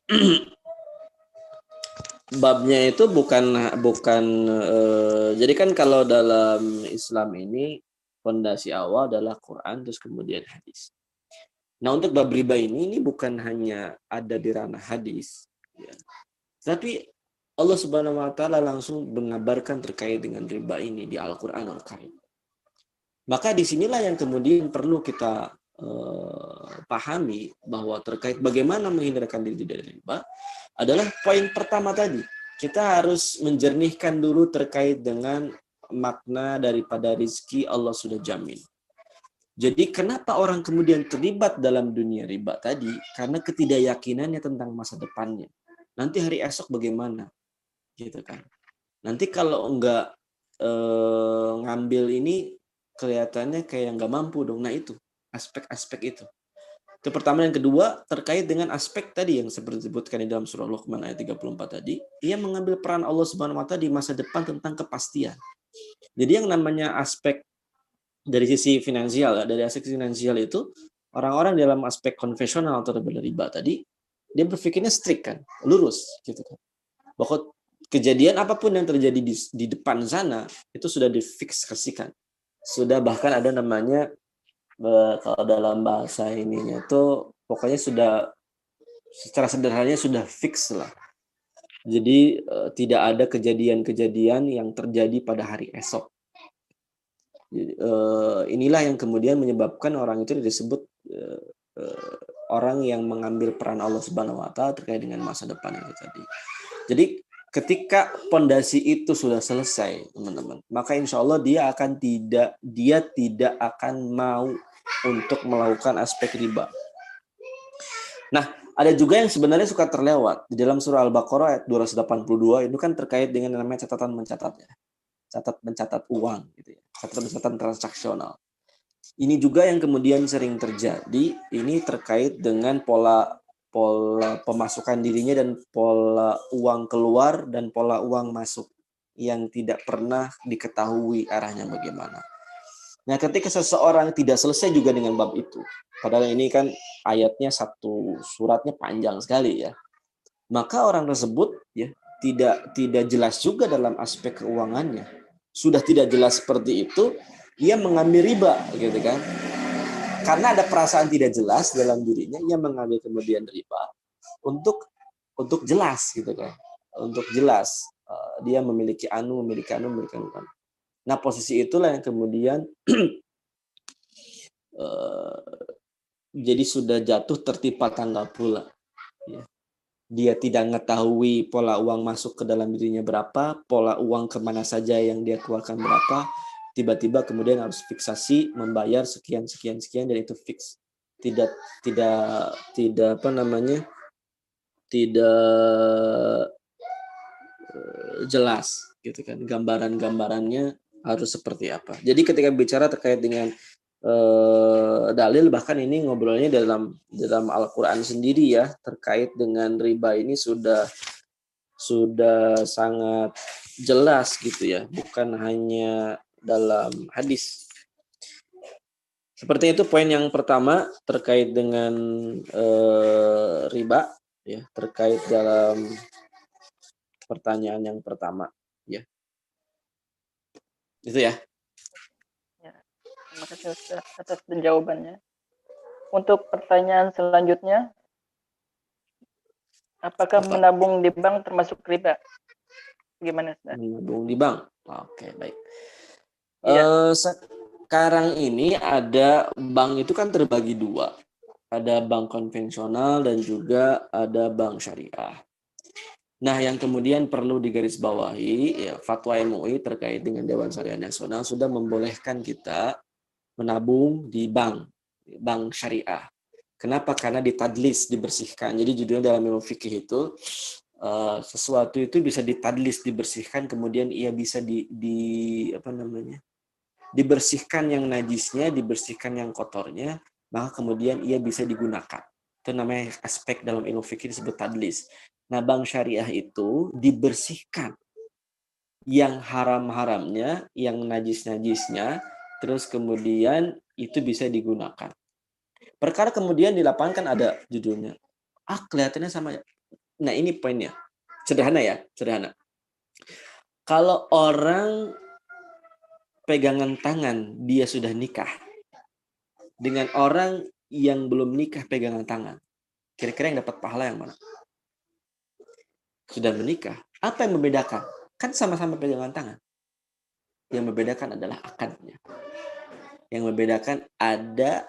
babnya itu bukan bukan eh, jadi kan kalau dalam Islam ini fondasi awal adalah Quran terus kemudian hadis. Nah, untuk bab riba ini ini bukan hanya ada di ranah hadis, ya. Tapi Allah Subhanahu wa taala langsung mengabarkan terkait dengan riba ini di Al-Qur'anul Karim. Maka disinilah yang kemudian perlu kita eh, pahami bahwa terkait bagaimana menghindarkan diri dari riba adalah poin pertama tadi. Kita harus menjernihkan dulu terkait dengan makna daripada rizki Allah sudah jamin. Jadi kenapa orang kemudian terlibat dalam dunia riba tadi? Karena ketidakyakinannya tentang masa depannya. Nanti hari esok bagaimana? Gitu kan. Nanti kalau enggak eh, ngambil ini kelihatannya kayak nggak mampu dong. Nah itu aspek-aspek itu. Itu pertama. Yang kedua terkait dengan aspek tadi yang seperti disebutkan di dalam surah Luqman ayat tiga puluh empat tadi, ia mengambil peran Allah Subhanahu wa taala di masa depan tentang kepastian. Jadi yang namanya aspek dari sisi finansial, dari aspek finansial itu orang-orang dalam aspek konvensional atau riba tadi, dia berpikirnya strict kan, lurus gitu kan. Bahwa kejadian apapun yang terjadi di, di depan sana itu sudah difiksasikan. Sudah bahkan ada namanya kalau dalam bahasa ininya tuh pokoknya sudah secara sederhananya sudah fix lah. Jadi tidak ada kejadian-kejadian yang terjadi pada hari esok. Jadi, inilah yang kemudian menyebabkan orang itu disebut orang yang mengambil peran Allah Subhanahu wa taala terkait dengan masa depan itu tadi. Jadi ketika pondasi itu sudah selesai, teman-teman, maka insya Allah dia akan tidak dia tidak akan mau untuk melakukan aspek riba. Nah, Ada juga yang sebenarnya suka terlewat. Di dalam surah Al-Baqarah ayat dua ratus delapan puluh dua itu kan terkait dengan namanya catatan mencatat ya. Catat mencatat uang gitu ya. Catatan mencatat transaksional. Ini juga yang kemudian sering terjadi, ini terkait dengan pola pola pemasukan dirinya dan pola uang keluar dan pola uang masuk yang tidak pernah diketahui arahnya bagaimana. Nah, ketika seseorang tidak selesai juga dengan bab itu, padahal ini kan ayatnya satu suratnya panjang sekali ya, maka orang tersebut ya tidak tidak jelas juga dalam aspek keuangannya. Sudah tidak jelas seperti itu, ia mengambil riba gitu kan. Karena ada perasaan tidak jelas dalam dirinya, ia mengambil kemudian riba untuk untuk jelas gitu kan. Untuk jelas uh, dia memiliki anu, memiliki anu, memiliki anu. Nah, posisi itulah yang kemudian uh, jadi sudah jatuh tertimpa tangga pula. Ya. Dia tidak mengetahui pola uang masuk ke dalam dirinya berapa, pola uang kemana saja yang dia keluarkan berapa, tiba-tiba kemudian harus fiksasi membayar sekian sekian sekian dan itu fix, tidak tidak tidak apa namanya tidak uh, jelas gitu kan, gambaran-gambarannya harus seperti apa. Jadi ketika bicara terkait dengan Uh, dalil, bahkan ini ngobrolnya dalam dalam Al-Quran sendiri ya, terkait dengan riba ini sudah sudah sangat jelas gitu ya, bukan hanya dalam hadis. Seperti itu poin yang pertama terkait dengan uh, riba ya, terkait dalam pertanyaan yang pertama ya. Itu ya. Terima kasih Ustaz atas jawabannya. Untuk pertanyaan selanjutnya, apakah Apa? menabung di bank termasuk riba? Gimana Ustaz? Menabung di bank. Oke, baik. Iya. Uh, sekarang ini ada bank itu kan terbagi dua. Ada bank konvensional dan juga ada bank syariah. Nah, yang kemudian perlu digarisbawahi, ya, fatwa M U I terkait dengan Dewan Syariah Nasional sudah membolehkan kita menabung di bank, bank syariah. Kenapa? Karena ditadlis, dibersihkan. Jadi judulnya dalam ilmu fikih itu, uh, sesuatu itu bisa ditadlis, dibersihkan, kemudian ia bisa di, di apa namanya, dibersihkan yang najisnya, dibersihkan yang kotornya, maka kemudian ia bisa digunakan. Itu namanya aspek dalam ilmu fikih disebut tadlis. Nah, bank syariah itu dibersihkan yang haram-haramnya, yang najis-najisnya, terus kemudian itu bisa digunakan. Perkara kemudian di lapangan kan ada judulnya. Ah, kelihatannya sama. Nah, ini poinnya. Sederhana ya, sederhana. Kalau orang pegangan tangan dia sudah nikah dengan orang yang belum nikah pegangan tangan, kira-kira yang dapat pahala yang mana? Sudah menikah, apa yang membedakan? Kan sama-sama pegangan tangan. Yang membedakan adalah akadnya. Yang membedakan ada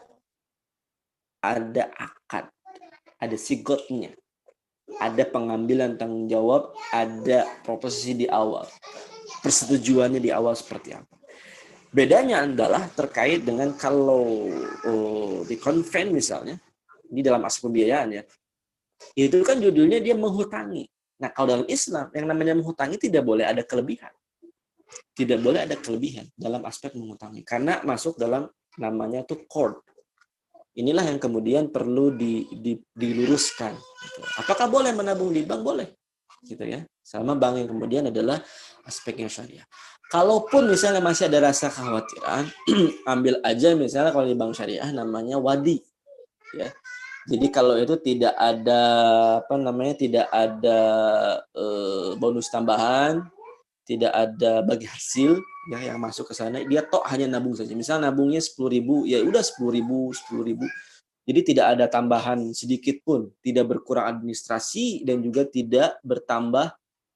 ada akad, ada sigotnya, ada pengambilan tanggung jawab, ada proposisi di awal, persetujuannya di awal seperti apa. Bedanya adalah terkait dengan kalau oh, di konven misalnya, di dalam aspek pembiayaan ya, itu kan judulnya dia menghutangi. Nah, kalau dalam Islam yang namanya menghutangi tidak boleh ada kelebihan. Tidak boleh ada kelebihan dalam aspek menghutangi. Karena masuk dalam namanya tuh qard. Inilah yang kemudian perlu di, di, diluruskan. Apakah boleh menabung di bank? Boleh. Gitu ya. Sama bank yang kemudian adalah aspeknya syariah. Kalaupun misalnya masih ada rasa kekhawatiran, ambil aja misalnya kalau di bank syariah namanya wadi. Ya. Jadi kalau itu tidak ada apa namanya tidak ada eh, bonus tambahan, tidak ada bagi hasil ya yang masuk ke sana, dia tok hanya nabung saja. Misal nabungnya sepuluh ribu, ya udah sepuluh ribu, sepuluh ribu. Jadi tidak ada tambahan sedikit pun, tidak berkurang administrasi dan juga tidak bertambah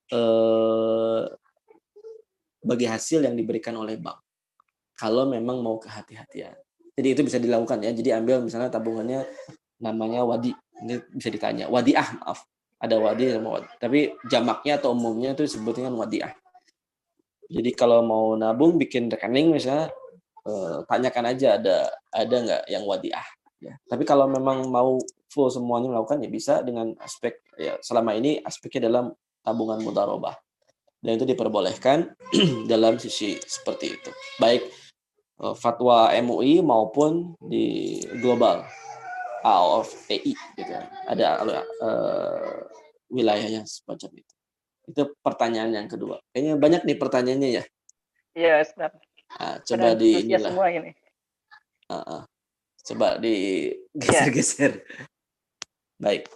eh, bagi hasil yang diberikan oleh bank. Kalau memang mau kehati-hatian. Jadi itu bisa dilakukan ya. Jadi ambil misalnya tabungannya namanya wadi, ini bisa ditanya wadiah, maaf, ada wadi sama wadi, tapi jamaknya atau umumnya itu disebutnya wadiah. Jadi kalau mau nabung bikin rekening misalnya, eh, tanyakan aja ada ada nggak yang wadiah Ya. Tapi kalau memang mau full semuanya melakukan ya bisa dengan aspek ya selama ini aspeknya dalam tabungan mudharabah. Dan itu diperbolehkan dalam sisi seperti itu. Baik uh, fatwa M U I maupun di global out of A I gitu kan. Ada uh, wilayahnya semacam itu. Itu pertanyaan yang kedua. Kayaknya banyak nih pertanyaannya ya. Iya, Ustaz. Nah, coba di inilah. Semua ini. Uh, uh. Coba digeser-geser. Baik.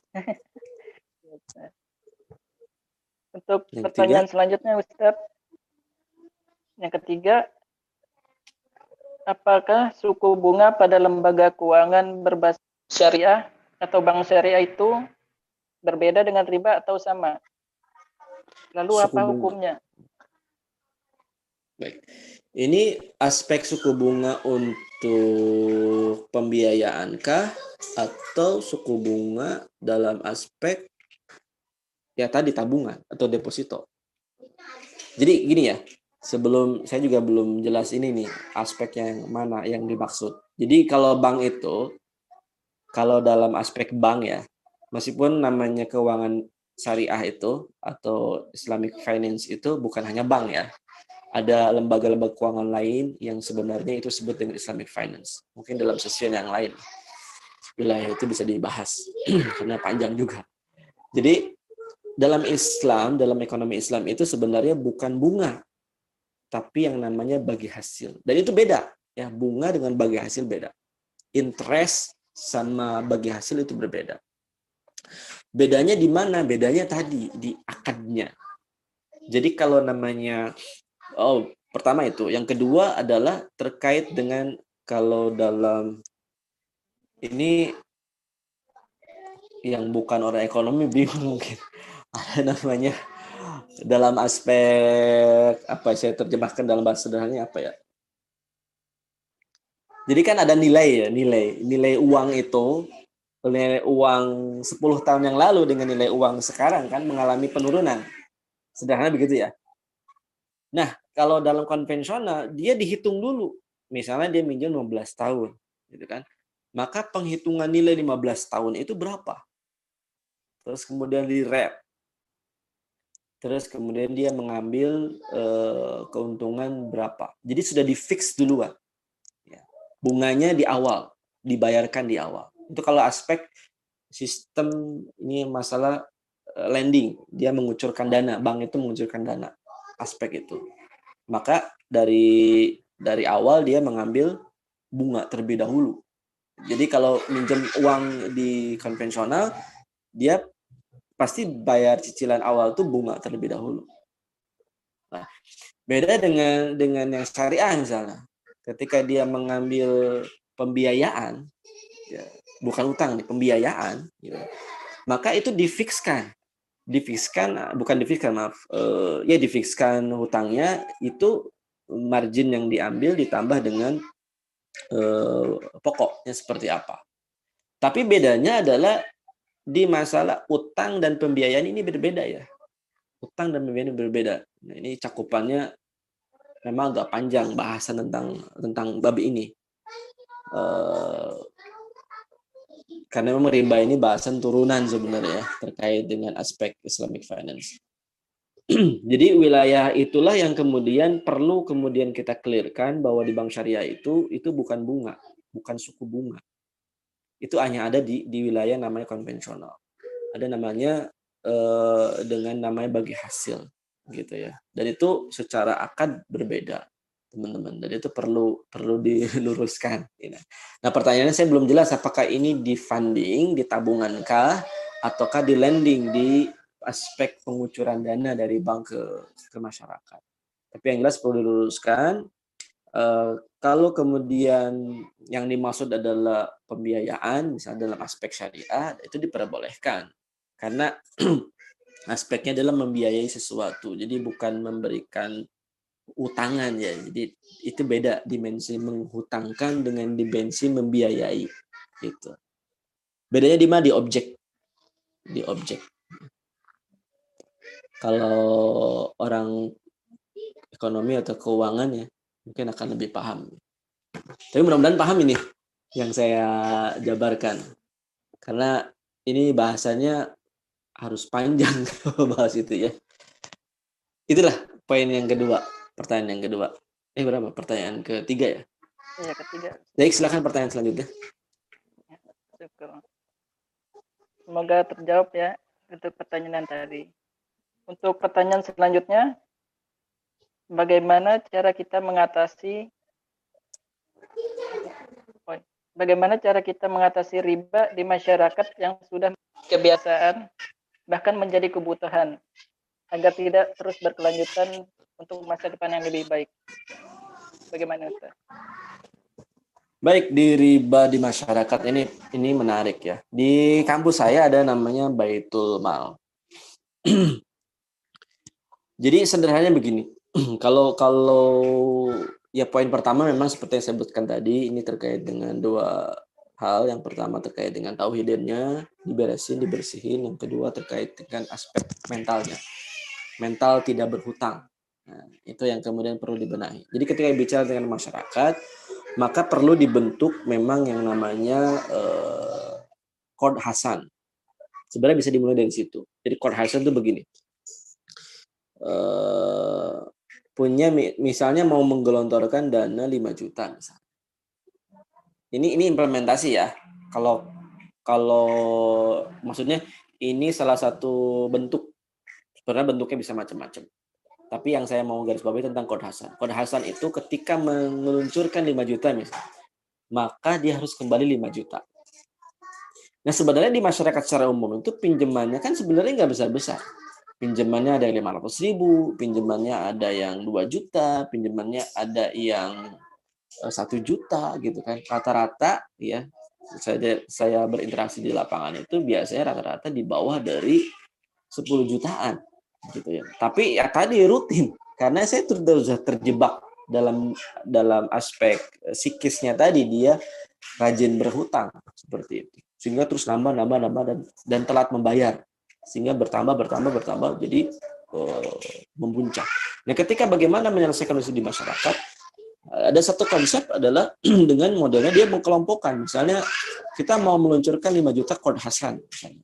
Untuk Yang pertanyaan ketiga. selanjutnya, Ustaz. Yang ketiga, apakah suku bunga pada lembaga keuangan berbasis syariah atau bank syariah itu berbeda dengan riba atau sama? Lalu Suku apa bunga. hukumnya? Baik. Ini aspek suku bunga untuk pembiayaankah atau suku bunga dalam aspek ya tadi tabungan atau deposito. Jadi gini ya, sebelum saya juga belum jelas ini nih aspek yang mana yang dimaksud. Jadi kalau bank itu, kalau dalam aspek bank ya, meskipun namanya keuangan syariah itu atau Islamic Finance itu bukan hanya bank ya, ada lembaga-lembaga keuangan lain yang sebenarnya itu disebut dengan Islamic Finance. Mungkin dalam sesi yang lain wilayah itu bisa dibahas karena panjang juga. Jadi dalam Islam, dalam ekonomi Islam itu sebenarnya bukan bunga, tapi yang namanya bagi hasil. Dan itu beda, ya bunga dengan bagi hasil beda. Interest sama bagi hasil itu berbeda. Bedanya di mana? Bedanya tadi di akadnya. Jadi kalau namanya, oh pertama itu, yang kedua adalah terkait dengan kalau dalam ini yang bukan orang ekonomi bingung mungkin ada namanya dalam aspek apa saya terjemahkan dalam bahasa sederhananya apa ya? Jadi kan ada nilai ya, nilai nilai uang itu nilai uang sepuluh tahun yang lalu dengan nilai uang sekarang kan mengalami penurunan. Sederhana begitu ya. Nah, kalau dalam konvensional dia dihitung dulu. Misalnya dia minjem lima belas tahun, gitu kan. Maka penghitungan nilai lima belas tahun itu berapa? Terus kemudian di rate. Terus kemudian dia mengambil uh, keuntungan berapa. Jadi sudah di-fix duluan. Ya. Bunganya di awal, dibayarkan di awal. Itu kalau aspek sistem ini masalah uh, lending. Dia mengucurkan dana, bank itu mengucurkan dana. Aspek itu. Maka dari dari awal dia mengambil bunga terlebih dahulu. Jadi kalau minjem uang di konvensional, dia pasti bayar cicilan awal tuh bunga terlebih dahulu. Nah, beda dengan dengan yang syariah misalnya. Ketika dia mengambil pembiayaan, ya, bukan utang nih, pembiayaan, gitu, maka itu difikskan, difikskan, bukan difikskan maaf, uh, ya difikskan hutangnya itu margin yang diambil ditambah dengan uh, pokoknya seperti apa. Tapi bedanya adalah di masalah utang dan pembiayaan ini berbeda ya. Utang dan pembiayaan ini berbeda. Nah, ini cakupannya memang agak panjang bahasan tentang tentang bab ini. Uh, karena memang riba ini bahasan turunan sebenarnya terkait dengan aspek Islamic Finance. Jadi wilayah itulah yang kemudian perlu kemudian kita clearkan bahwa di bank syariah itu itu bukan bunga, bukan suku bunga. Itu hanya ada di di wilayah namanya konvensional. Ada namanya eh, dengan namanya bagi hasil gitu ya. Dan itu secara akad berbeda, teman-teman. Dan itu perlu perlu diluruskan. Nah, pertanyaannya saya belum jelas apakah ini di funding, di tabungankah, ataukah di lending di aspek pengucuran dana dari bank ke ke masyarakat. Tapi yang jelas perlu diluruskan. Uh, kalau kemudian yang dimaksud adalah pembiayaan, misalnya dalam aspek syariah, itu diperbolehkan. Karena aspeknya adalah membiayai sesuatu. Jadi bukan memberikan utangan ya. Jadi itu beda dimensi menghutangkan dengan dimensi membiayai. Gitu. Bedanya di mana? Di objek. Di objek. Kalau orang ekonomi atau keuangan ya, mungkin akan lebih paham. Tapi mudah-mudahan paham ini. yang saya jabarkan. Karena ini bahasanya harus panjang kalau bahas itu ya. Itulah poin yang kedua, pertanyaan yang kedua. Eh berapa? Pertanyaan ketiga ya? Iya, ketiga. Baik, silakan pertanyaan selanjutnya. Syukur. Semoga terjawab ya untuk pertanyaan tadi. Untuk pertanyaan selanjutnya, bagaimana cara kita mengatasi bagaimana cara kita mengatasi riba di masyarakat yang sudah kebiasaan bahkan menjadi kebutuhan agar tidak terus berkelanjutan untuk masa depan yang lebih baik. Bagaimana Ustaz? Baik, di riba di masyarakat ini ini menarik ya. Di kampus saya ada namanya Baitul Mal. Jadi sederhananya begini. Kalau kalau ya poin pertama memang seperti yang saya sebutkan tadi, ini terkait dengan dua hal. Yang pertama terkait dengan tauhidnya, diberesin, dibersihin. Yang kedua terkait dengan aspek mentalnya. Mental tidak berhutang. Nah, itu yang kemudian perlu dibenahi. Jadi ketika bicara dengan masyarakat, maka perlu dibentuk memang yang namanya eh, Qord Hasan. Sebenarnya bisa dimulai dari situ. Jadi Qord Hasan itu begini. Eh, punya misalnya mau menggelontorkan dana lima juta misalnya. Ini ini implementasi ya. Kalau kalau maksudnya ini salah satu bentuk. Sebenarnya bentuknya bisa macam-macam. Tapi yang saya mau garis bawahi tentang Qord Hasan. Qord Hasan itu ketika meluncurkan lima juta misalnya, maka dia harus kembali lima juta. Nah sebenarnya di masyarakat secara umum itu pinjamannya kan sebenarnya nggak besar-besar. Pinjamannya ada yang lima ratus ribu, pinjamannya ada yang dua juta, pinjamannya ada yang satu juta gitu kan. Rata-rata ya, saya, saya berinteraksi di lapangan itu biasanya rata-rata di bawah dari sepuluh jutaan gitu ya. Tapi ya tadi rutin karena saya sudah terjebak dalam dalam aspek psikisnya tadi, dia rajin berhutang seperti itu. Sehingga terus nambah nambah nambah dan dan telat membayar. Sehingga bertambah bertambah bertambah jadi uh, membuncah. Nah, ketika bagaimana menyelesaikan itu di masyarakat, ada satu konsep adalah dengan modelnya dia mengkelompokkan. Misalnya kita mau meluncurkan lima juta Qord Hasan misalnya.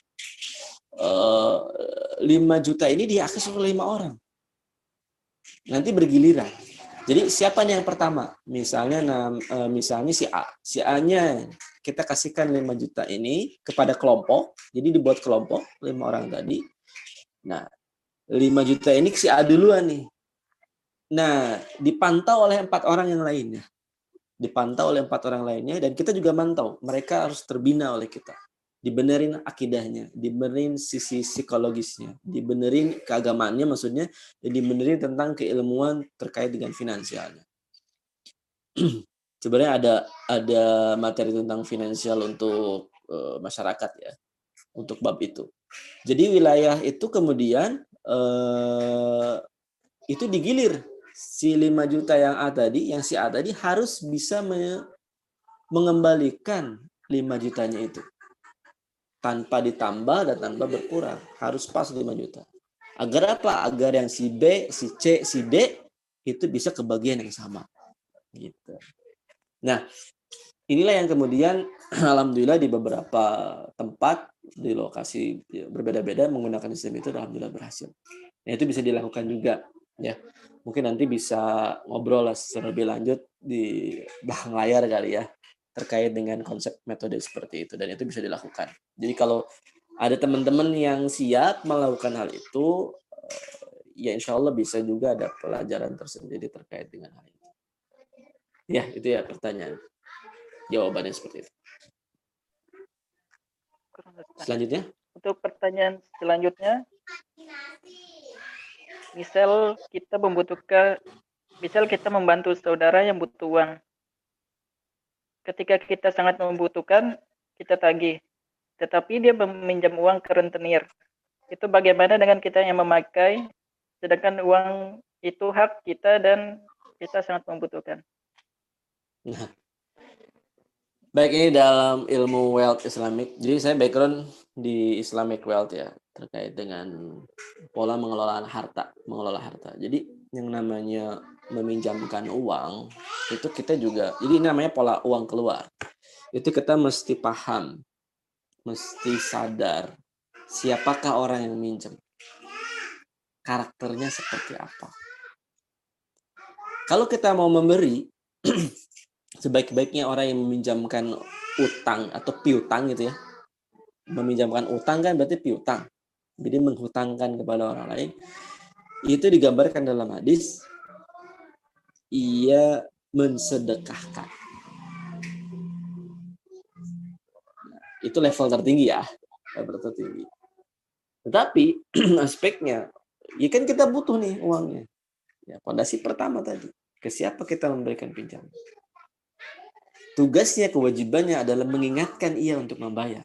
Uh, lima juta ini diakses oleh lima orang. Nanti bergiliran. Jadi siapa nih yang pertama? Misalnya uh, misalnya si A. Si A-nya kita kasihkan lima juta ini kepada kelompok. Jadi dibuat kelompok lima orang tadi. Nah, lima juta ini si A duluan nih. Nah, dipantau oleh empat orang yang lainnya. Dipantau oleh empat orang lainnya dan kita juga mantau. Mereka harus terbina oleh kita. Dibenerin akidahnya, dibenerin sisi psikologisnya, dibenerin keagamaannya maksudnya, dan dibenerin tentang keilmuan terkait dengan finansialnya. Sebenarnya ada ada materi tentang finansial untuk uh, masyarakat ya, untuk bab itu. Jadi wilayah itu kemudian uh, itu digilir. Si lima juta yang A tadi, yang si A tadi harus bisa me- mengembalikan lima jutanya itu. Tanpa ditambah dan tanpa berkurang. Harus pas lima juta. Agar apa? Agar yang si B, si C, si D itu bisa kebagian yang sama. Gitu. Nah, inilah yang kemudian alhamdulillah di beberapa tempat di lokasi berbeda-beda menggunakan sistem itu alhamdulillah berhasil. Nah, itu bisa dilakukan juga ya. Mungkin nanti bisa ngobrol secara lebih lanjut di belakang layar kali ya, terkait dengan konsep metode seperti itu, dan itu bisa dilakukan. Jadi kalau ada teman-teman yang siap melakukan hal itu, ya insya Allah bisa juga ada pelajaran tersendiri terkait dengan hal itu. Ya, itu ya pertanyaan. Jawabannya seperti itu. Selanjutnya? Untuk pertanyaan selanjutnya, misal kita membutuhkan, misal kita membantu saudara yang butuh uang. Ketika kita sangat membutuhkan, kita tagih. Tetapi dia meminjam uang ke rentenir. Itu bagaimana dengan kita yang memakai, sedangkan uang itu hak kita dan kita sangat membutuhkan. Nah, baik, ini dalam ilmu wealth Islamic. Jadi saya background di Islamic wealth ya, terkait dengan pola mengelola harta, mengelola harta. Jadi yang namanya meminjamkan uang itu kita juga, jadi ini namanya pola uang keluar. itu kita mesti paham, mesti sadar siapakah orang yang minjem, karakternya seperti apa. Kalau kita mau memberi, sebaik-baiknya orang yang meminjamkan utang atau piutang gitu ya. Meminjamkan utang kan berarti piutang. Jadi menghutangkan kepada orang lain. Itu digambarkan dalam hadis, ia mensedekahkan. Itu level tertinggi ya, level tertinggi. Tetapi aspeknya, ya kan kita butuh nih uangnya. Ya, fondasi pertama tadi, ke siapa kita memberikan pinjaman. Tugasnya, kewajibannya adalah mengingatkan ia untuk membayar.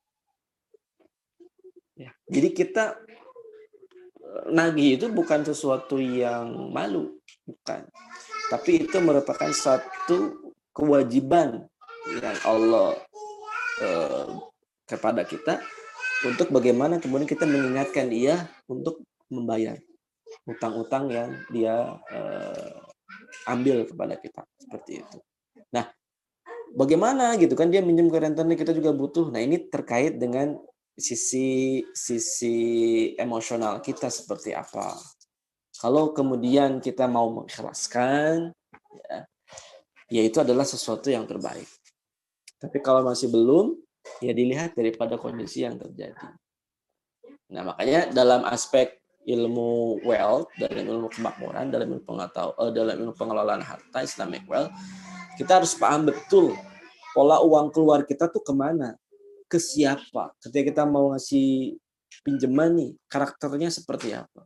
Ya, jadi kita nagih itu bukan sesuatu yang malu, bukan. Tapi itu merupakan satu kewajiban yang Allah eh, kepada kita untuk bagaimana kemudian kita mengingatkan dia untuk membayar utang-utang yang dia eh, ambil kepada kita, seperti itu. Nah, bagaimana gitu kan dia minjem ke rentenir, kita juga butuh. Nah, ini terkait dengan sisi sisi emosional kita seperti apa. Kalau kemudian kita mau mengikhlaskan, ya, ya itu adalah sesuatu yang terbaik. Tapi kalau masih belum, ya dilihat daripada kondisi yang terjadi. Nah, makanya dalam aspek ilmu wealth, dalam ilmu kemakmuran, dalam ilmu pengetahuan, dalam ilmu pengelolaan harta, Islamic wealth, kita harus paham betul pola uang keluar kita tuh kemana, ke siapa. Ketika kita mau ngasih pinjaman nih, karakternya seperti apa.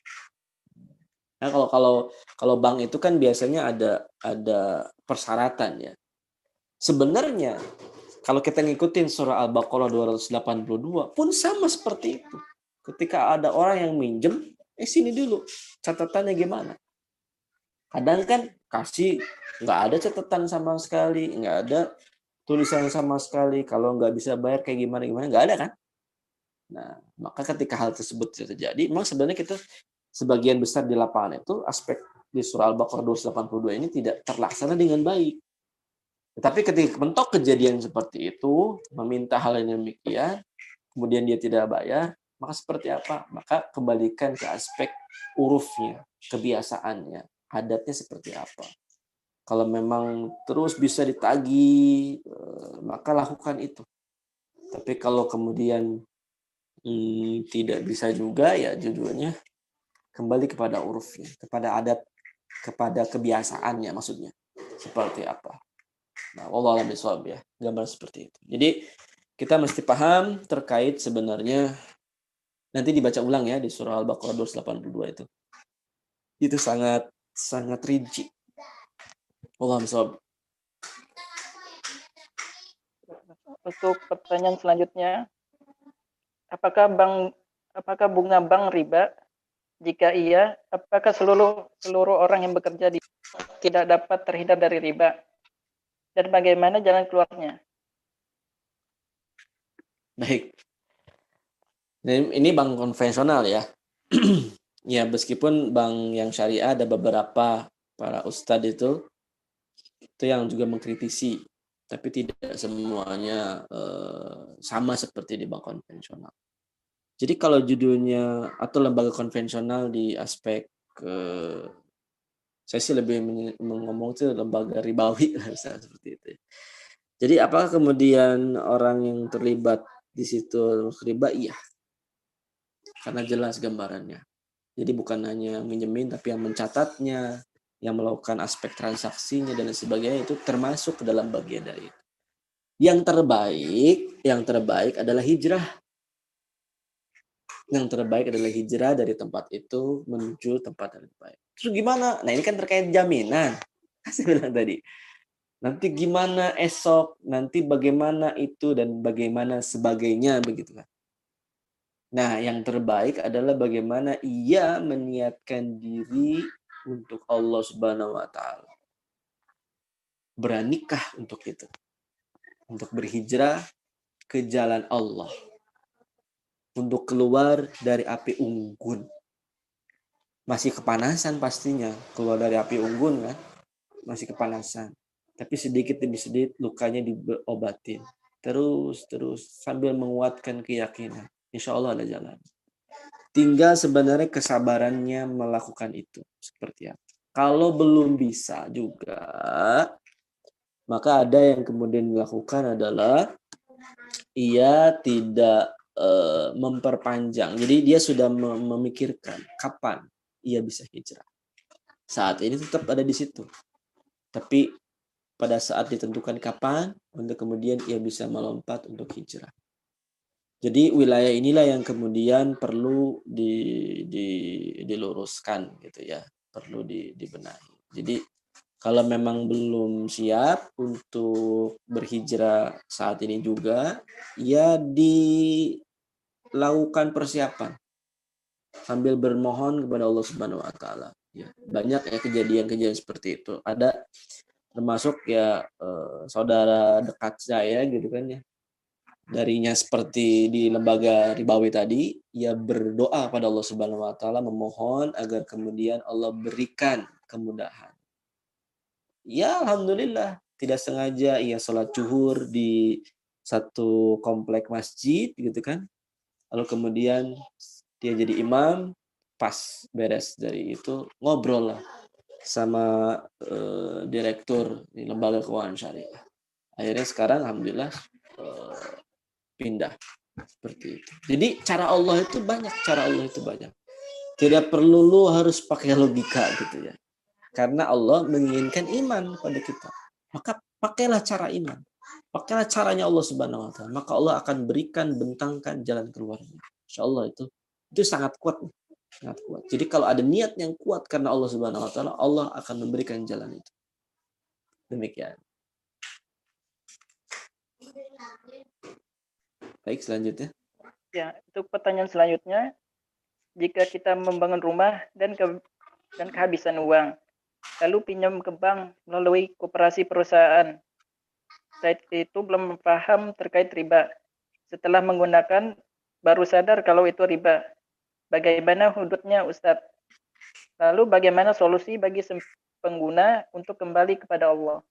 Nah, kalau kalau kalau bank itu kan biasanya ada ada persyaratan ya. Sebenarnya kalau kita ngikutin surah Al-Baqarah dua ratus delapan puluh dua pun sama seperti itu. Ketika ada orang yang minjem, eh sini dulu catatannya gimana. Kadang kan kasih nggak ada catatan sama sekali, nggak ada tulisan sama sekali. Kalau nggak bisa bayar kayak gimana gimana nggak ada kan. Nah, maka ketika hal tersebut terjadi, memang sebenarnya kita sebagian besar di lapangan itu aspek di surah Al-Baqarah dua ratus delapan puluh dua ini tidak terlaksana dengan baik. Tetapi ketika mentok kejadian seperti itu, meminta hal yang demikian, kemudian dia tidak bayar, maka seperti apa? Maka kembalikan ke aspek urufnya, kebiasaannya, adatnya seperti apa. Kalau memang terus bisa ditagih, maka lakukan itu. Tapi kalau kemudian hmm, tidak bisa juga, ya judulnya kembali kepada urufnya, kepada adat, kepada kebiasaannya maksudnya. Seperti apa. Nah, wallahu a'lam bishawab ya, gambar seperti itu. Jadi kita mesti paham terkait sebenarnya, nanti dibaca ulang ya di surah Al-Baqarah dua ratus delapan puluh dua itu. Itu sangat sangat rinci. Wallahu a'lam bishawab. Untuk pertanyaan selanjutnya, apakah bank apakah bunga bank riba? Jika iya, apakah seluruh seluruh orang yang bekerja di tidak dapat terhindar dari riba? Dan bagaimana jalan keluarnya? Baik. Ini bank konvensional ya. Ya, meskipun bank yang syariah ada beberapa para ustadz itu itu yang juga mengkritisi, tapi tidak semuanya eh, sama seperti di bank konvensional. Jadi kalau judulnya atau lembaga konvensional di aspek eh, saya sih lebih ngomong itu lembaga ribawi seperti itu. Jadi apakah kemudian orang yang terlibat di situ riba? Iya, karena jelas gambarannya. Jadi bukan hanya minjemin, tapi yang mencatatnya, yang melakukan aspek transaksinya dan sebagainya itu termasuk ke dalam bagian dari itu. Yang terbaik, yang terbaik adalah hijrah. Yang terbaik adalah hijrah dari tempat itu menuju tempat yang lebih baik. Terus gimana? Nah ini kan terkait jaminan. Saya bilang tadi. Nanti gimana esok, nanti bagaimana itu dan bagaimana sebagainya begitu kan. Nah, yang terbaik adalah bagaimana ia meniatkan diri untuk Allah Subhanahu wa taala. Beranikah untuk itu? Untuk berhijrah ke jalan Allah. Untuk keluar dari api unggun. Masih kepanasan pastinya, keluar dari api unggun kan? Masih kepanasan. tapi sedikit demi sedikit lukanya diobatin. Terus terus sambil menguatkan keyakinan. Insya Allah ada jalan. Tinggal sebenarnya kesabarannya melakukan itu seperti apa. Kalau belum bisa juga, maka ada yang kemudian dilakukan adalah ia tidak uh, memperpanjang. Jadi dia sudah memikirkan kapan ia bisa hijrah. Saat ini tetap ada di situ. Tapi pada saat ditentukan kapan, untuk kemudian ia bisa melompat untuk hijrah. Jadi wilayah inilah yang kemudian perlu di, di, diluruskan gitu ya, perlu di, dibenahi. Jadi kalau memang belum siap untuk berhijrah saat ini juga, ya dilakukan persiapan sambil bermohon kepada Allah Subhanahu Wa Taala. Ya, banyak ya kejadian-kejadian seperti itu. Ada termasuk ya eh, saudara dekat saya gitu kan ya. Darinya seperti di lembaga ribawi tadi, ia berdoa pada Allah Subhanahu Wa Taala memohon agar kemudian Allah berikan kemudahan. Ya alhamdulillah tidak sengaja ia sholat zuhur di satu komplek masjid gitu kan. Lalu kemudian dia jadi imam, pas beres dari itu ngobrol lah sama uh, direktur di lembaga keuangan syariah. Akhirnya sekarang alhamdulillah uh, pindah seperti itu. Jadi cara Allah itu banyak, cara Allah itu banyak. Tidak perlu lu harus pakai logika gitu ya. Karena Allah menginginkan iman pada kita. Maka pakailah cara iman. Pakailah caranya Allah Subhanahu Wa Taala. Maka Allah akan berikan, bentangkan jalan keluarnya. Insya Allah itu itu sangat kuat, sangat kuat. Jadi kalau ada niat yang kuat karena Allah Subhanahu Wa Taala, Allah akan memberikan jalan itu. Demikian. Baik, selanjutnya. Ya, untuk pertanyaan selanjutnya, jika kita membangun rumah dan ke, dan kehabisan uang, lalu pinjam ke bank melalui koperasi perusahaan, saat itu belum paham terkait riba. Setelah menggunakan, baru sadar kalau itu riba. Bagaimana hududnya, Ustadz? Lalu bagaimana solusi bagi pengguna untuk kembali kepada Allah?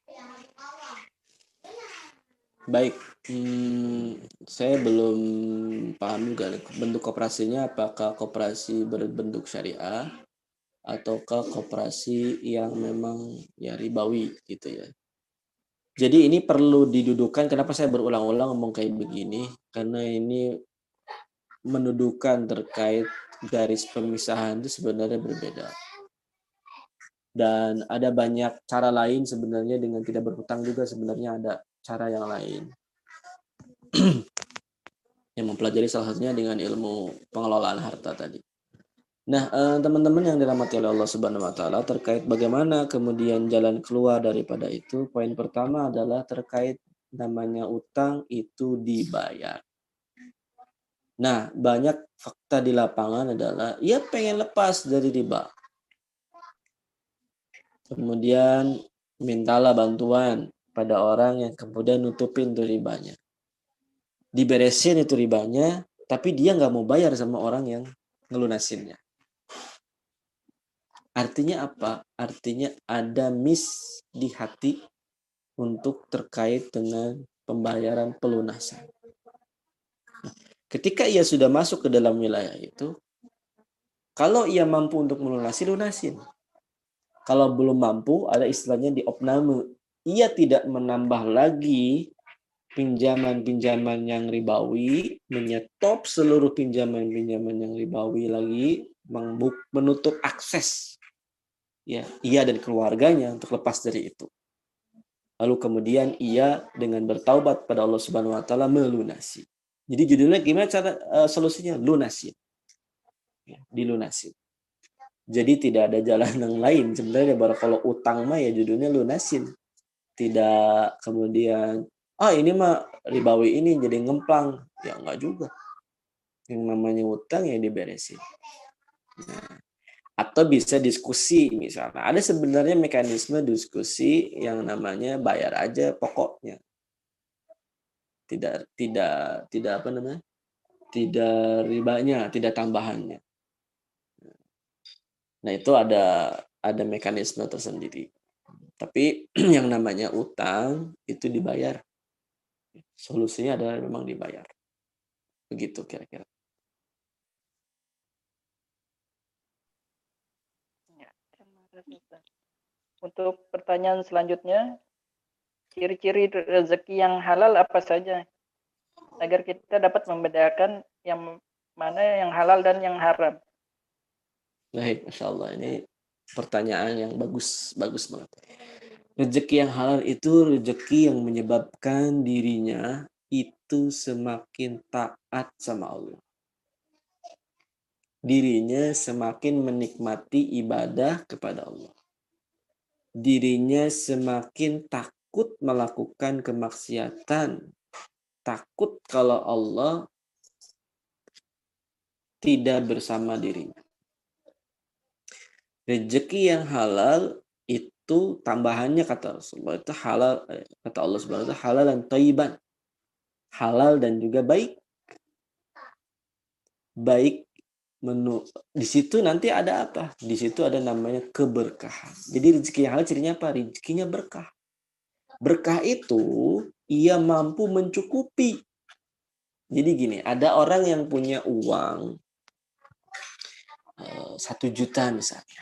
Baik, hmm, saya belum paham juga bentuk koperasinya, apakah koperasi berbentuk syariah ataukah koperasi yang memang ya ribawi gitu ya. Jadi ini perlu didudukan. Kenapa saya berulang-ulang ngomong kayak begini? Karena ini mendudukan terkait garis pemisahan itu sebenarnya berbeda. Dan ada banyak cara lain sebenarnya dengan tidak berhutang juga sebenarnya ada cara yang lain. Yang mempelajari salah satunya dengan ilmu pengelolaan harta tadi. Nah, eh, teman-teman yang dirahmati oleh Allah Subhanahu Wa Taala, terkait bagaimana kemudian jalan keluar daripada itu, poin pertama adalah terkait namanya utang itu dibayar. Nah, banyak fakta di lapangan adalah ia pengen lepas dari riba. Kemudian mintalah bantuan pada orang yang kemudian nutupin tuh ribanya. Diberesin itu ribanya, tapi dia nggak mau bayar sama orang yang ngelunasinnya. Artinya apa? Artinya ada miss di hati untuk terkait dengan pembayaran pelunasan. Ketika ia sudah masuk ke dalam wilayah itu, kalau ia mampu untuk melunasi, lunasin. Kalau belum mampu, ada istilahnya di opname. Ia tidak menambah lagi pinjaman-pinjaman yang ribawi, menyetop seluruh pinjaman-pinjaman yang ribawi lagi, menutup akses ya ia dan keluarganya untuk lepas dari itu. Lalu kemudian ia dengan bertaubat pada Allah Subhanahu Wa Taala melunasi. Jadi judulnya gimana cara uh, solusinya? Lunasin, ya, dilunasin. Jadi tidak ada jalan yang lain sebenarnya. Baru kalau utang mah ya judulnya lunasin. Tidak kemudian ah ini mah ribawi ini jadi ngemplang. Ya enggak juga. Yang namanya utang ya diberesin. Nah, atau bisa diskusi misalnya. Ada sebenarnya mekanisme diskusi yang namanya bayar aja pokoknya. Tidak tidak tidak apa namanya? Tidak ribanya, tidak tambahannya. Nah, itu ada ada mekanisme tersendiri. Tapi yang namanya utang itu dibayar. Solusinya adalah memang dibayar. Begitu kira-kira. Ya, terima kasih, Ustaz. Untuk pertanyaan selanjutnya, ciri-ciri rezeki yang halal apa saja? Agar kita dapat membedakan yang mana yang halal dan yang haram. Baik, Masya Allah. Ini pertanyaan yang bagus, bagus banget. Rezeki yang halal itu rezeki yang menyebabkan dirinya itu semakin taat sama Allah. Dirinya semakin menikmati ibadah kepada Allah. Dirinya semakin takut melakukan kemaksiatan. Takut kalau Allah tidak bersama dirinya. Rezeki yang halal itu tambahannya kata Rasulullah itu halal, kata Allah Subhanahu wa taala halal dan thayyiban. Halal dan juga baik. Baik menu di situ nanti ada apa? Di situ ada namanya keberkahan. Jadi rezeki yang halal cirinya apa? Rezekinya berkah. Berkah itu ia mampu mencukupi. Jadi gini, ada orang yang punya uang satu juta misalnya.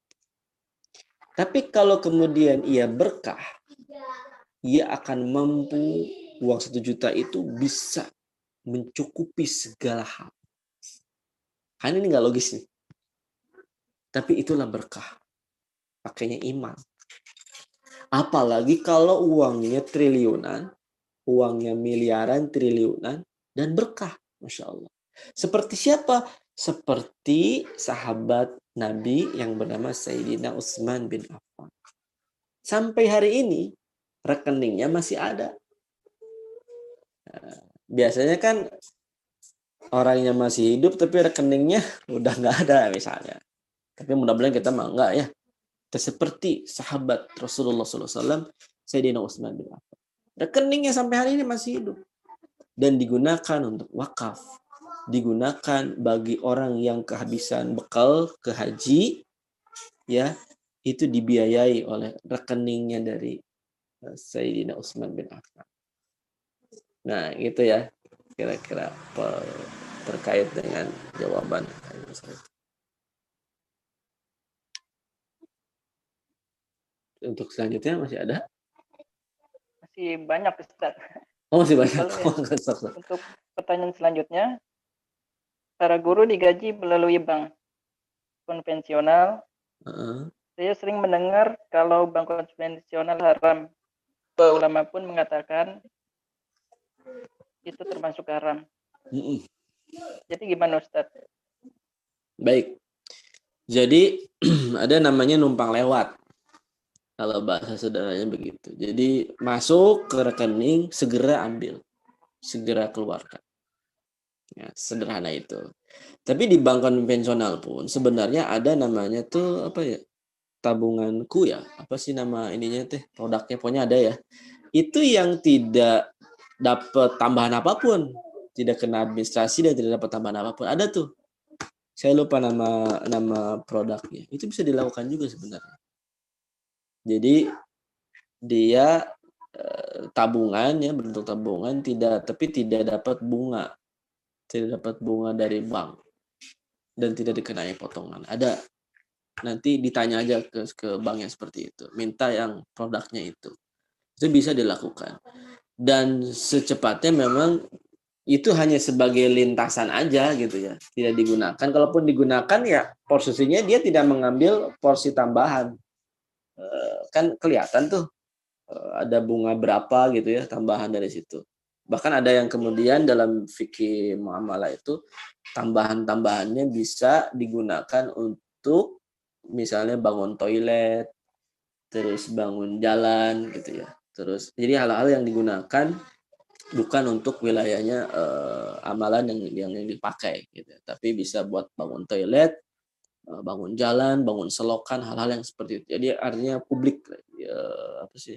Tapi kalau kemudian ia berkah, ia akan mampu uang satu juta itu bisa mencukupi segala hal. Kan ini nggak logis nih. Tapi itulah berkah. Pakainya iman. Apalagi kalau uangnya triliunan, uangnya miliaran, triliunan, dan berkah. Masya Allah. Seperti siapa? Seperti sahabat Nabi yang bernama Sayyidina Utsman bin Affan. Sampai hari ini, rekeningnya masih ada. Nah, biasanya kan orangnya masih hidup, tapi rekeningnya udah nggak ada misalnya. Tapi mudah-mudahan kita mah enggak ya. Seperti sahabat Rasulullah shallallahu alaihi wasallam, Sayyidina Utsman bin Affan. Rekeningnya sampai hari ini masih hidup. Dan digunakan untuk wakaf. Digunakan bagi orang yang kehabisan bekal ke haji. Ya, itu dibiayai oleh rekeningnya dari Sayyidina Utsman bin Affan. Nah, gitu ya. Kira-kira terkait dengan jawaban. Untuk selanjutnya masih ada? Masih banyak, Ustaz. Oh, masih banyak. Ya. Untuk pertanyaan selanjutnya, para guru digaji melalui bank konvensional. Uh-uh. Saya sering mendengar kalau bank konvensional haram. Ulama pun mengatakan itu termasuk haram. Uh-uh. Jadi gimana, Ustaz? Baik. Jadi ada namanya numpang lewat. Kalau bahasa sederhananya begitu. Jadi masuk ke rekening, segera ambil. Segera keluarkan. Ya, sederhana itu. Tapi di bank konvensional pun sebenarnya ada namanya tuh apa ya? Tabunganku ya. Apa sih nama ininya teh? Produknya pokoknya ada ya. Itu yang tidak dapat tambahan apapun. Tidak kena administrasi dan tidak dapat tambahan apapun. Ada tuh. Saya lupa nama nama produknya. Itu bisa dilakukan juga sebenarnya. Jadi dia eh, tabungan ya bentuk tabungan tidak tapi tidak dapat bunga. Tidak dapat bunga dari bank dan tidak dikenai potongan. Ada nanti ditanya aja ke ke bank yang seperti itu. Minta yang produknya itu. Itu bisa dilakukan. Dan secepatnya memang itu hanya sebagai lintasan aja gitu ya. Tidak digunakan. Kalaupun digunakan ya posisinya dia tidak mengambil porsi tambahan. Kan kelihatan tuh ada bunga berapa gitu ya tambahan dari situ. Bahkan ada yang kemudian dalam fikih muamalah itu tambahan-tambahannya bisa digunakan untuk misalnya bangun toilet, terus bangun jalan gitu ya. Terus jadi hal-hal yang digunakan bukan untuk wilayahnya eh, amalan yang, yang yang dipakai gitu, tapi bisa buat bangun toilet, bangun jalan, bangun selokan, hal-hal yang seperti itu. Jadi artinya publik ya, apa sih?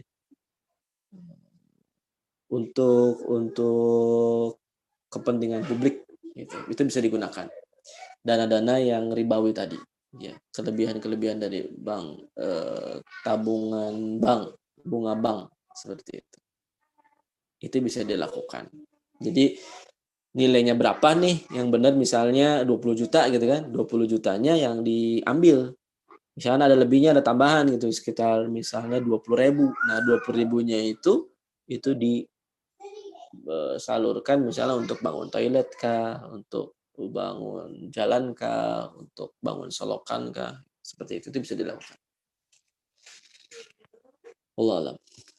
Untuk untuk kepentingan publik gitu. Itu bisa digunakan. Dana-dana yang ribawi tadi. Ya, kelebihan-kelebihan dari bank, eh, tabungan bank, bunga bank seperti itu. Itu bisa dilakukan. Jadi nilainya berapa nih yang benar, misalnya dua puluh juta gitu kan, dua puluh jutanya yang diambil. Misalnya ada lebihnya, ada tambahan gitu, sekitar misalnya dua puluh ribu. Nah, dua puluh ribunya itu itu disalurkan misalnya untuk bangun toilet kah, untuk bangun jalan kah, untuk bangun solokan kah, seperti itu, itu bisa dilakukan. Allah alam.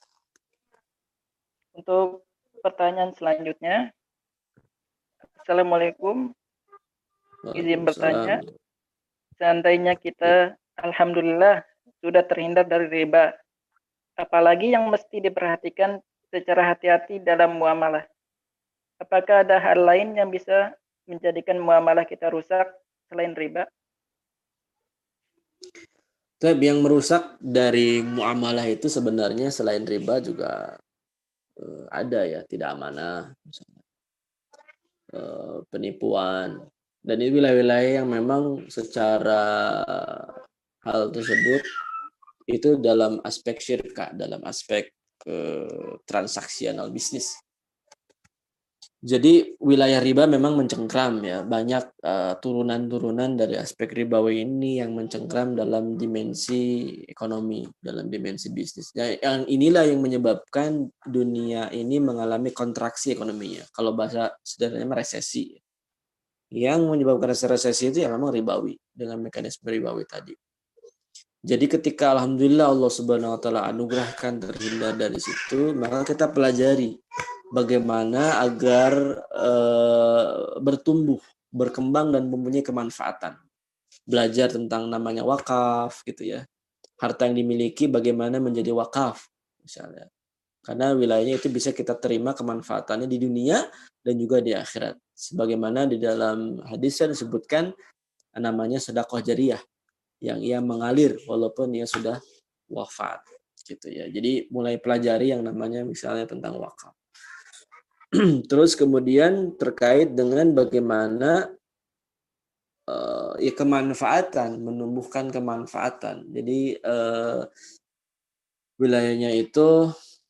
Untuk pertanyaan selanjutnya, Assalamualaikum, izin Waalaikumsalam. bertanya, seandainya kita alhamdulillah sudah terhindar dari riba, apalagi yang mesti diperhatikan secara hati-hati dalam muamalah? Apakah ada hal lain yang bisa menjadikan muamalah kita rusak selain riba? Tapi yang merusak dari muamalah itu sebenarnya selain riba juga eh, ada ya, tidak amanah, misalnya, eh, penipuan, dan ini wilayah-wilayah yang memang secara hal tersebut itu dalam aspek syirka, dalam aspek eh, transaksional bisnis. Jadi wilayah riba memang mencengkram ya, banyak uh, turunan-turunan dari aspek ribawi ini yang mencengkram dalam dimensi ekonomi, dalam dimensi bisnis. Nah, yang inilah yang menyebabkan dunia ini mengalami kontraksi ekonominya. Kalau bahasa sederhananya resesi. Yang menyebabkan resesi itu ya memang ribawi, dengan mekanisme ribawi tadi. Jadi ketika alhamdulillah Allah Subhanahu wa taala anugerahkan terhindar dari situ, maka kita pelajari bagaimana agar uh, bertumbuh, berkembang dan mempunyai kemanfaatan. Belajar tentang namanya wakaf gitu ya. Harta yang dimiliki bagaimana menjadi wakaf misalnya. Karena wilayahnya itu bisa kita terima kemanfaatannya di dunia dan juga di akhirat. Sebagaimana di dalam hadis disebutkan namanya sedekah jariyah, yang ia mengalir walaupun ia sudah wafat gitu ya. Jadi mulai pelajari yang namanya misalnya tentang wakaf. Terus kemudian terkait dengan bagaimana uh, ya kemanfaatan, menumbuhkan kemanfaatan. Jadi uh, wilayahnya itu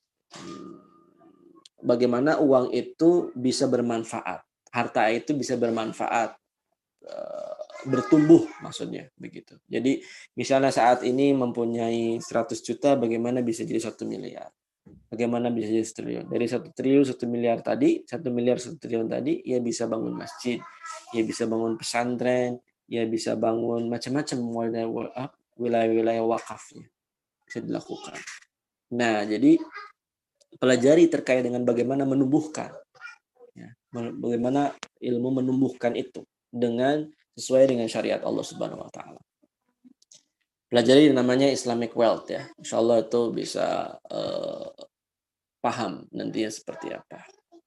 bagaimana uang itu bisa bermanfaat, harta itu bisa bermanfaat, uh, bertumbuh maksudnya begitu. Jadi misalnya saat ini mempunyai seratus juta, bagaimana bisa jadi satu miliar. Bagaimana bisa jadi satu triliun? Dari satu triliun satu miliar tadi, satu miliar satu triliun tadi, ia bisa bangun masjid, ia bisa bangun pesantren, ia bisa bangun macam-macam wilayah-wilayah wakafnya bisa dilakukan. Nah, jadi pelajari terkait dengan bagaimana menumbuhkan, ya, bagaimana ilmu menumbuhkan itu dengan sesuai dengan syariat Allah Subhanahu Wa Taala. Pelajari namanya Islamic Wealth ya, Insya Allah itu bisa uh, paham nantinya seperti apa.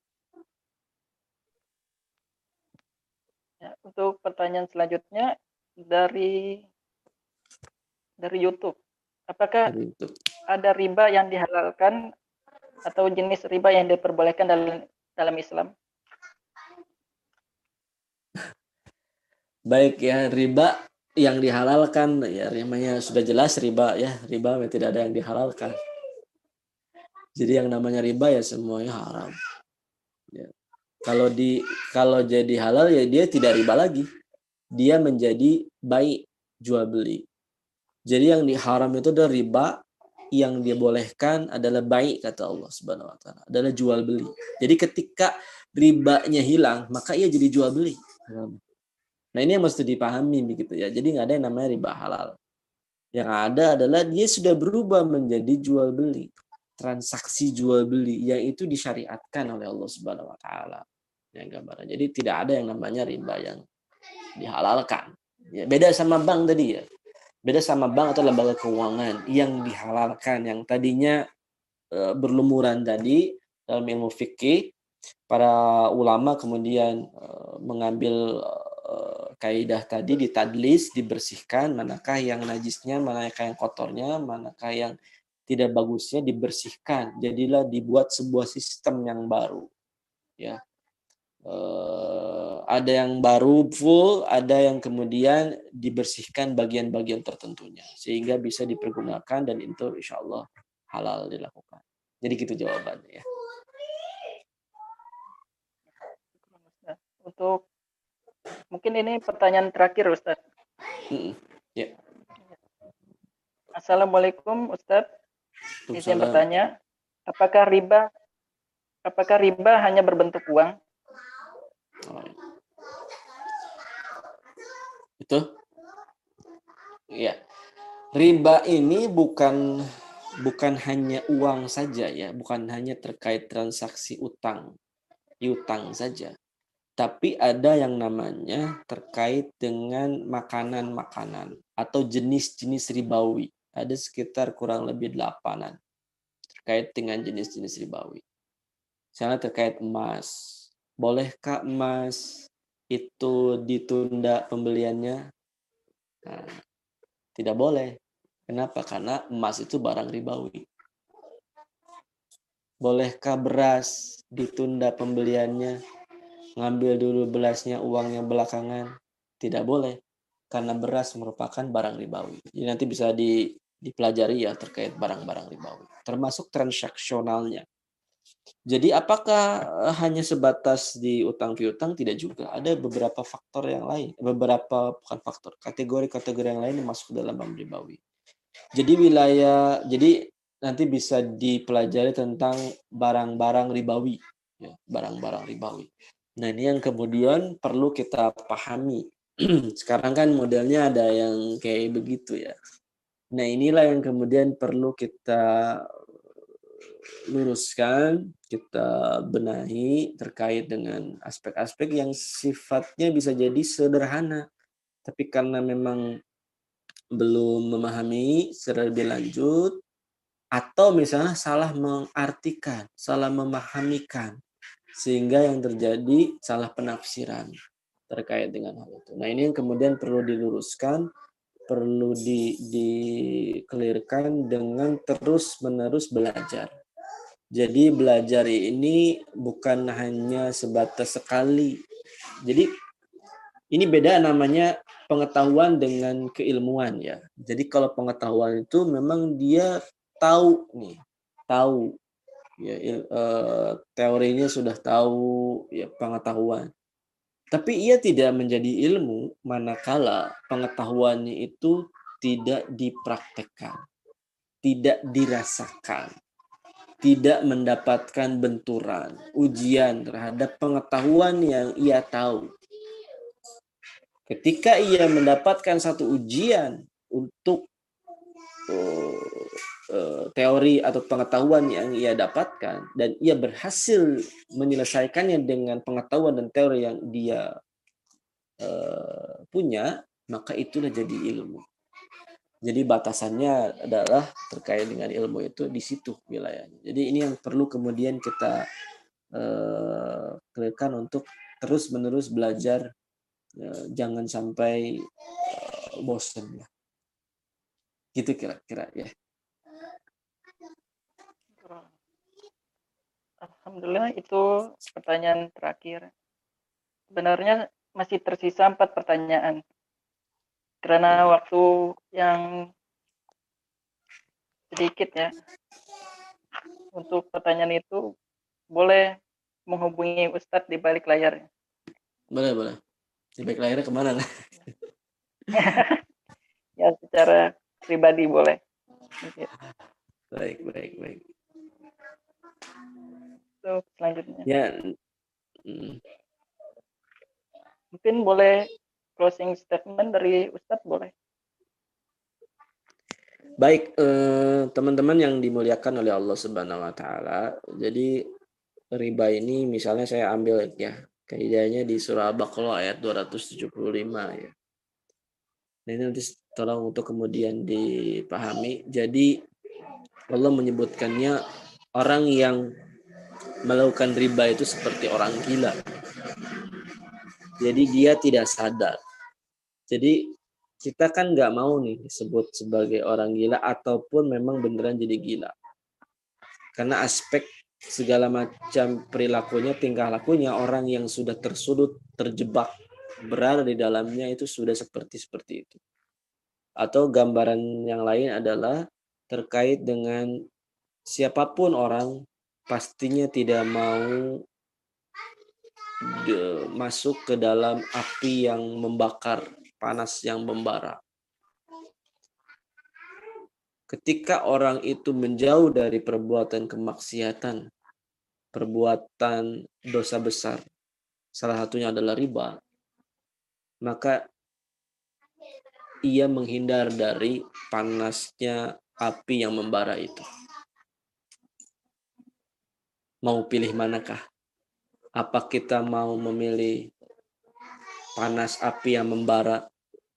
Ya, untuk pertanyaan selanjutnya dari dari YouTube, apakah Dari YouTube. ada riba yang dihalalkan atau jenis riba yang diperbolehkan dalam dalam Islam? Baik ya, riba yang dihalalkan ya, namanya sudah jelas riba ya, riba tidak ada yang dihalalkan. Jadi yang namanya riba ya semuanya haram. Ya. Kalau di kalau jadi halal ya dia tidak riba lagi. Dia menjadi baik, jual beli. Jadi yang diharam itu adalah riba, yang dibolehkan adalah baik kata Allah Subhanahu wa taala, adalah jual beli. Jadi ketika ribanya hilang, maka ia jadi jual beli. Nah, ini yang mesti dipahami begitu ya. Jadi nggak ada yang namanya riba halal. Yang ada adalah dia sudah berubah menjadi jual beli, transaksi jual beli yang itu disyariatkan oleh Allah Subhanahu wa taala. Yang gambaran. Jadi tidak ada yang namanya riba yang dihalalkan. Ya, beda sama bank tadi ya. Beda sama bank atau lembaga keuangan yang dihalalkan, yang tadinya e, berlumuran tadi dalam ilmu fikih, para ulama kemudian e, mengambil e, kaidah tadi, ditadlis, dibersihkan, manakah yang najisnya, manakah yang kotornya, manakah yang tidak bagusnya, dibersihkan. Jadilah dibuat sebuah sistem yang baru. Ya. eh, ada yang baru full, ada yang kemudian dibersihkan bagian-bagian tertentunya sehingga bisa dipergunakan dan itu insya Allah halal dilakukan. Jadi gitu jawabannya ya. Untuk mungkin ini pertanyaan terakhir Ustaz. Mm-mm. Ya. Assalamualaikum Ustaz. Izin Waalaikumsalam. bertanya, apakah riba apakah riba hanya berbentuk uang? Oh, ya. Itu ya. Riba ini bukan bukan hanya uang saja ya, bukan hanya terkait transaksi utang, piutang saja. Tapi ada yang namanya terkait dengan makanan-makanan atau jenis-jenis ribawi. Ada sekitar kurang lebih delapanan terkait dengan jenis-jenis ribawi. Misalnya terkait emas. Bolehkah emas itu ditunda pembeliannya? Nah, tidak boleh. Kenapa? Karena emas itu barang ribawi. Bolehkah beras ditunda pembeliannya? Ngambil dulu belasnya, uangnya belakangan? Tidak boleh. Karena beras merupakan barang ribawi. Jadi nanti bisa di, dipelajari ya terkait barang-barang ribawi. Termasuk transaksionalnya. Jadi apakah hanya sebatas di utang piutang? Tidak juga. Ada beberapa faktor yang lain. Beberapa, bukan faktor, kategori-kategori yang lain yang masuk dalam bank ribawi. Jadi wilayah, jadi nanti bisa dipelajari tentang barang-barang ribawi. Ya, barang-barang ribawi. Nah ini yang kemudian perlu kita pahami. Sekarang kan modelnya ada yang kayak begitu ya. Nah inilah yang kemudian perlu kita luruskan, kita benahi terkait dengan aspek-aspek yang sifatnya bisa jadi sederhana. Tapi karena memang belum memahami secara lebih lanjut, atau misalnya salah mengartikan, salah memahamikan, sehingga yang terjadi salah penafsiran terkait dengan hal itu. Nah ini yang kemudian perlu diluruskan, perlu di, di-clearkan dengan terus-menerus belajar. Jadi belajar ini bukan hanya sebatas sekali. Jadi ini beda namanya pengetahuan dengan keilmuan ya. Jadi kalau pengetahuan itu memang dia tahu nih, tahu ya eh, teorinya sudah tahu ya pengetahuan. Tapi ia tidak menjadi ilmu manakala pengetahuannya itu tidak dipraktekkan, tidak dirasakan, tidak mendapatkan benturan, ujian terhadap pengetahuan yang ia tahu. Ketika ia mendapatkan satu ujian untuk uh, uh, teori atau pengetahuan yang ia dapatkan dan ia berhasil menyelesaikannya dengan pengetahuan dan teori yang dia uh, punya, maka itulah jadi ilmu. Jadi batasannya adalah terkait dengan ilmu itu di situ wilayahnya. Jadi ini yang perlu kemudian kita uh, clearkan untuk terus-menerus belajar. Uh, jangan sampai uh, bosan ya. Gitu kira-kira ya. Alhamdulillah itu pertanyaan terakhir. Sebenarnya masih tersisa empat pertanyaan. Karena waktu yang sedikit ya. Untuk pertanyaan itu boleh menghubungi Ustadz di balik layar. Boleh, boleh. Di balik layarnya kemana? Ya secara pribadi boleh. Baik, baik, baik. Untuk selanjutnya. Ya. Hmm. Mungkin boleh closing statement dari Ustadz boleh. Baik, eh, teman-teman yang dimuliakan oleh Allah Subhanahu wa taala. Jadi riba ini misalnya saya ambil ya, kaidahnya di surah Al-Baqarah ayat dua ratus tujuh puluh lima ya. Nah, ini nanti tolong untuk kemudian dipahami. Jadi Allah menyebutkannya orang yang melakukan riba itu seperti orang gila. Jadi dia tidak sadar. Jadi kita kan nggak mau nih disebut sebagai orang gila ataupun memang beneran jadi gila. Karena aspek segala macam perilakunya, tingkah lakunya orang yang sudah tersudut, terjebak, berada di dalamnya itu sudah seperti seperti itu. Atau gambaran yang lain adalah terkait dengan siapapun orang pastinya tidak mau de, masuk ke dalam api yang membakar, panas yang membara. Ketika orang itu menjauh dari perbuatan kemaksiatan, perbuatan dosa besar, salah satunya adalah riba, maka ia menghindar dari panasnya api yang membara itu. Mau pilih manakah? Apa kita mau memilih panas api yang membara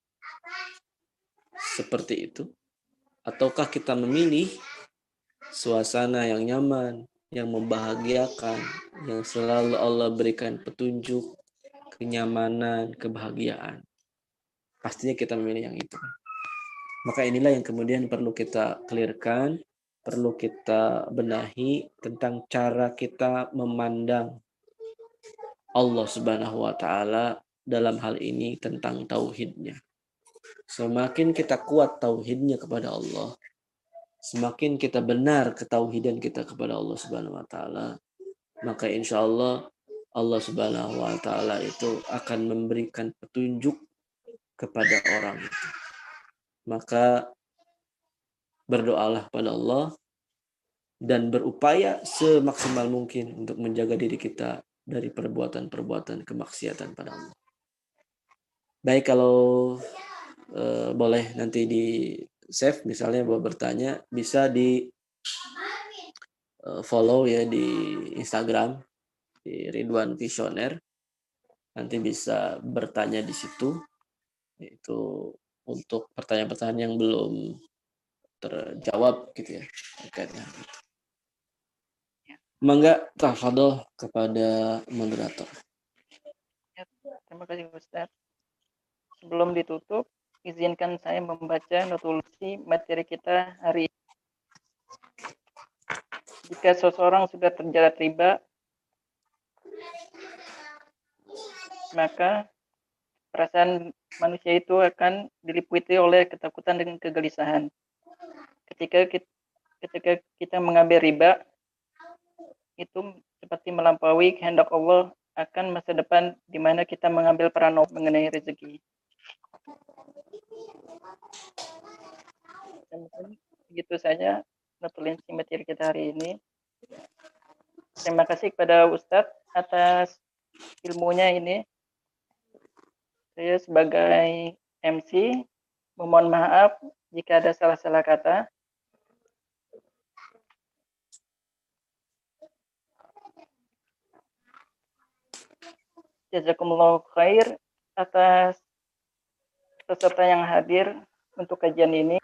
seperti itu? Ataukah kita memilih suasana yang nyaman, yang membahagiakan, yang selalu Allah berikan petunjuk, kenyamanan, kebahagiaan? Pastinya kita memilih yang itu. Maka inilah yang kemudian perlu kita clearkan, perlu kita benahi tentang cara kita memandang Allah Subhanahu wa taala dalam hal ini tentang tauhidnya. Semakin kita kuat tauhidnya kepada Allah, semakin kita benar ketauhidan kita kepada Allah Subhanahu wa taala, maka insya Allah Allah Subhanahu wa taala itu akan memberikan petunjuk kepada orang itu. Maka berdoalah pada Allah dan berupaya semaksimal mungkin untuk menjaga diri kita dari perbuatan-perbuatan kemaksiatan pada Allah. Baik, kalau uh, boleh nanti di save, misalnya mau bertanya bisa di uh, follow ya di Instagram di Ridwan Visioner, nanti bisa bertanya di situ, itu untuk pertanyaan-pertanyaan yang belum terjawab gitu ya terkaitnya. Mangga tafadhol kepada moderator. Ya, terima kasih Ustaz. Sebelum ditutup, izinkan saya membaca notulsi materi kita hari ini. Jika seseorang sudah terjerat riba, maka perasaan manusia itu akan diliputi oleh ketakutan dan kegelisahan. Ketika kita, ketika kita mengambil riba, itu seperti melampaui kehendak Allah akan masa depan di mana kita mengambil peran mengenai rezeki. Dan mungkin begitu saja notulensi materi kita hari ini. Terima kasih kepada Ustadz atas ilmunya ini. Saya sebagai M C memohon maaf jika ada salah-salah kata. Jazakumullah khair atas peserta yang hadir untuk kajian ini.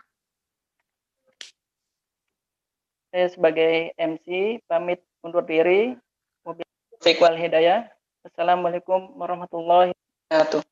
Saya sebagai M C pamit undur diri. Wabillahi taufiq wal hidayah. Assalamualaikum warahmatullahi wabarakatuh.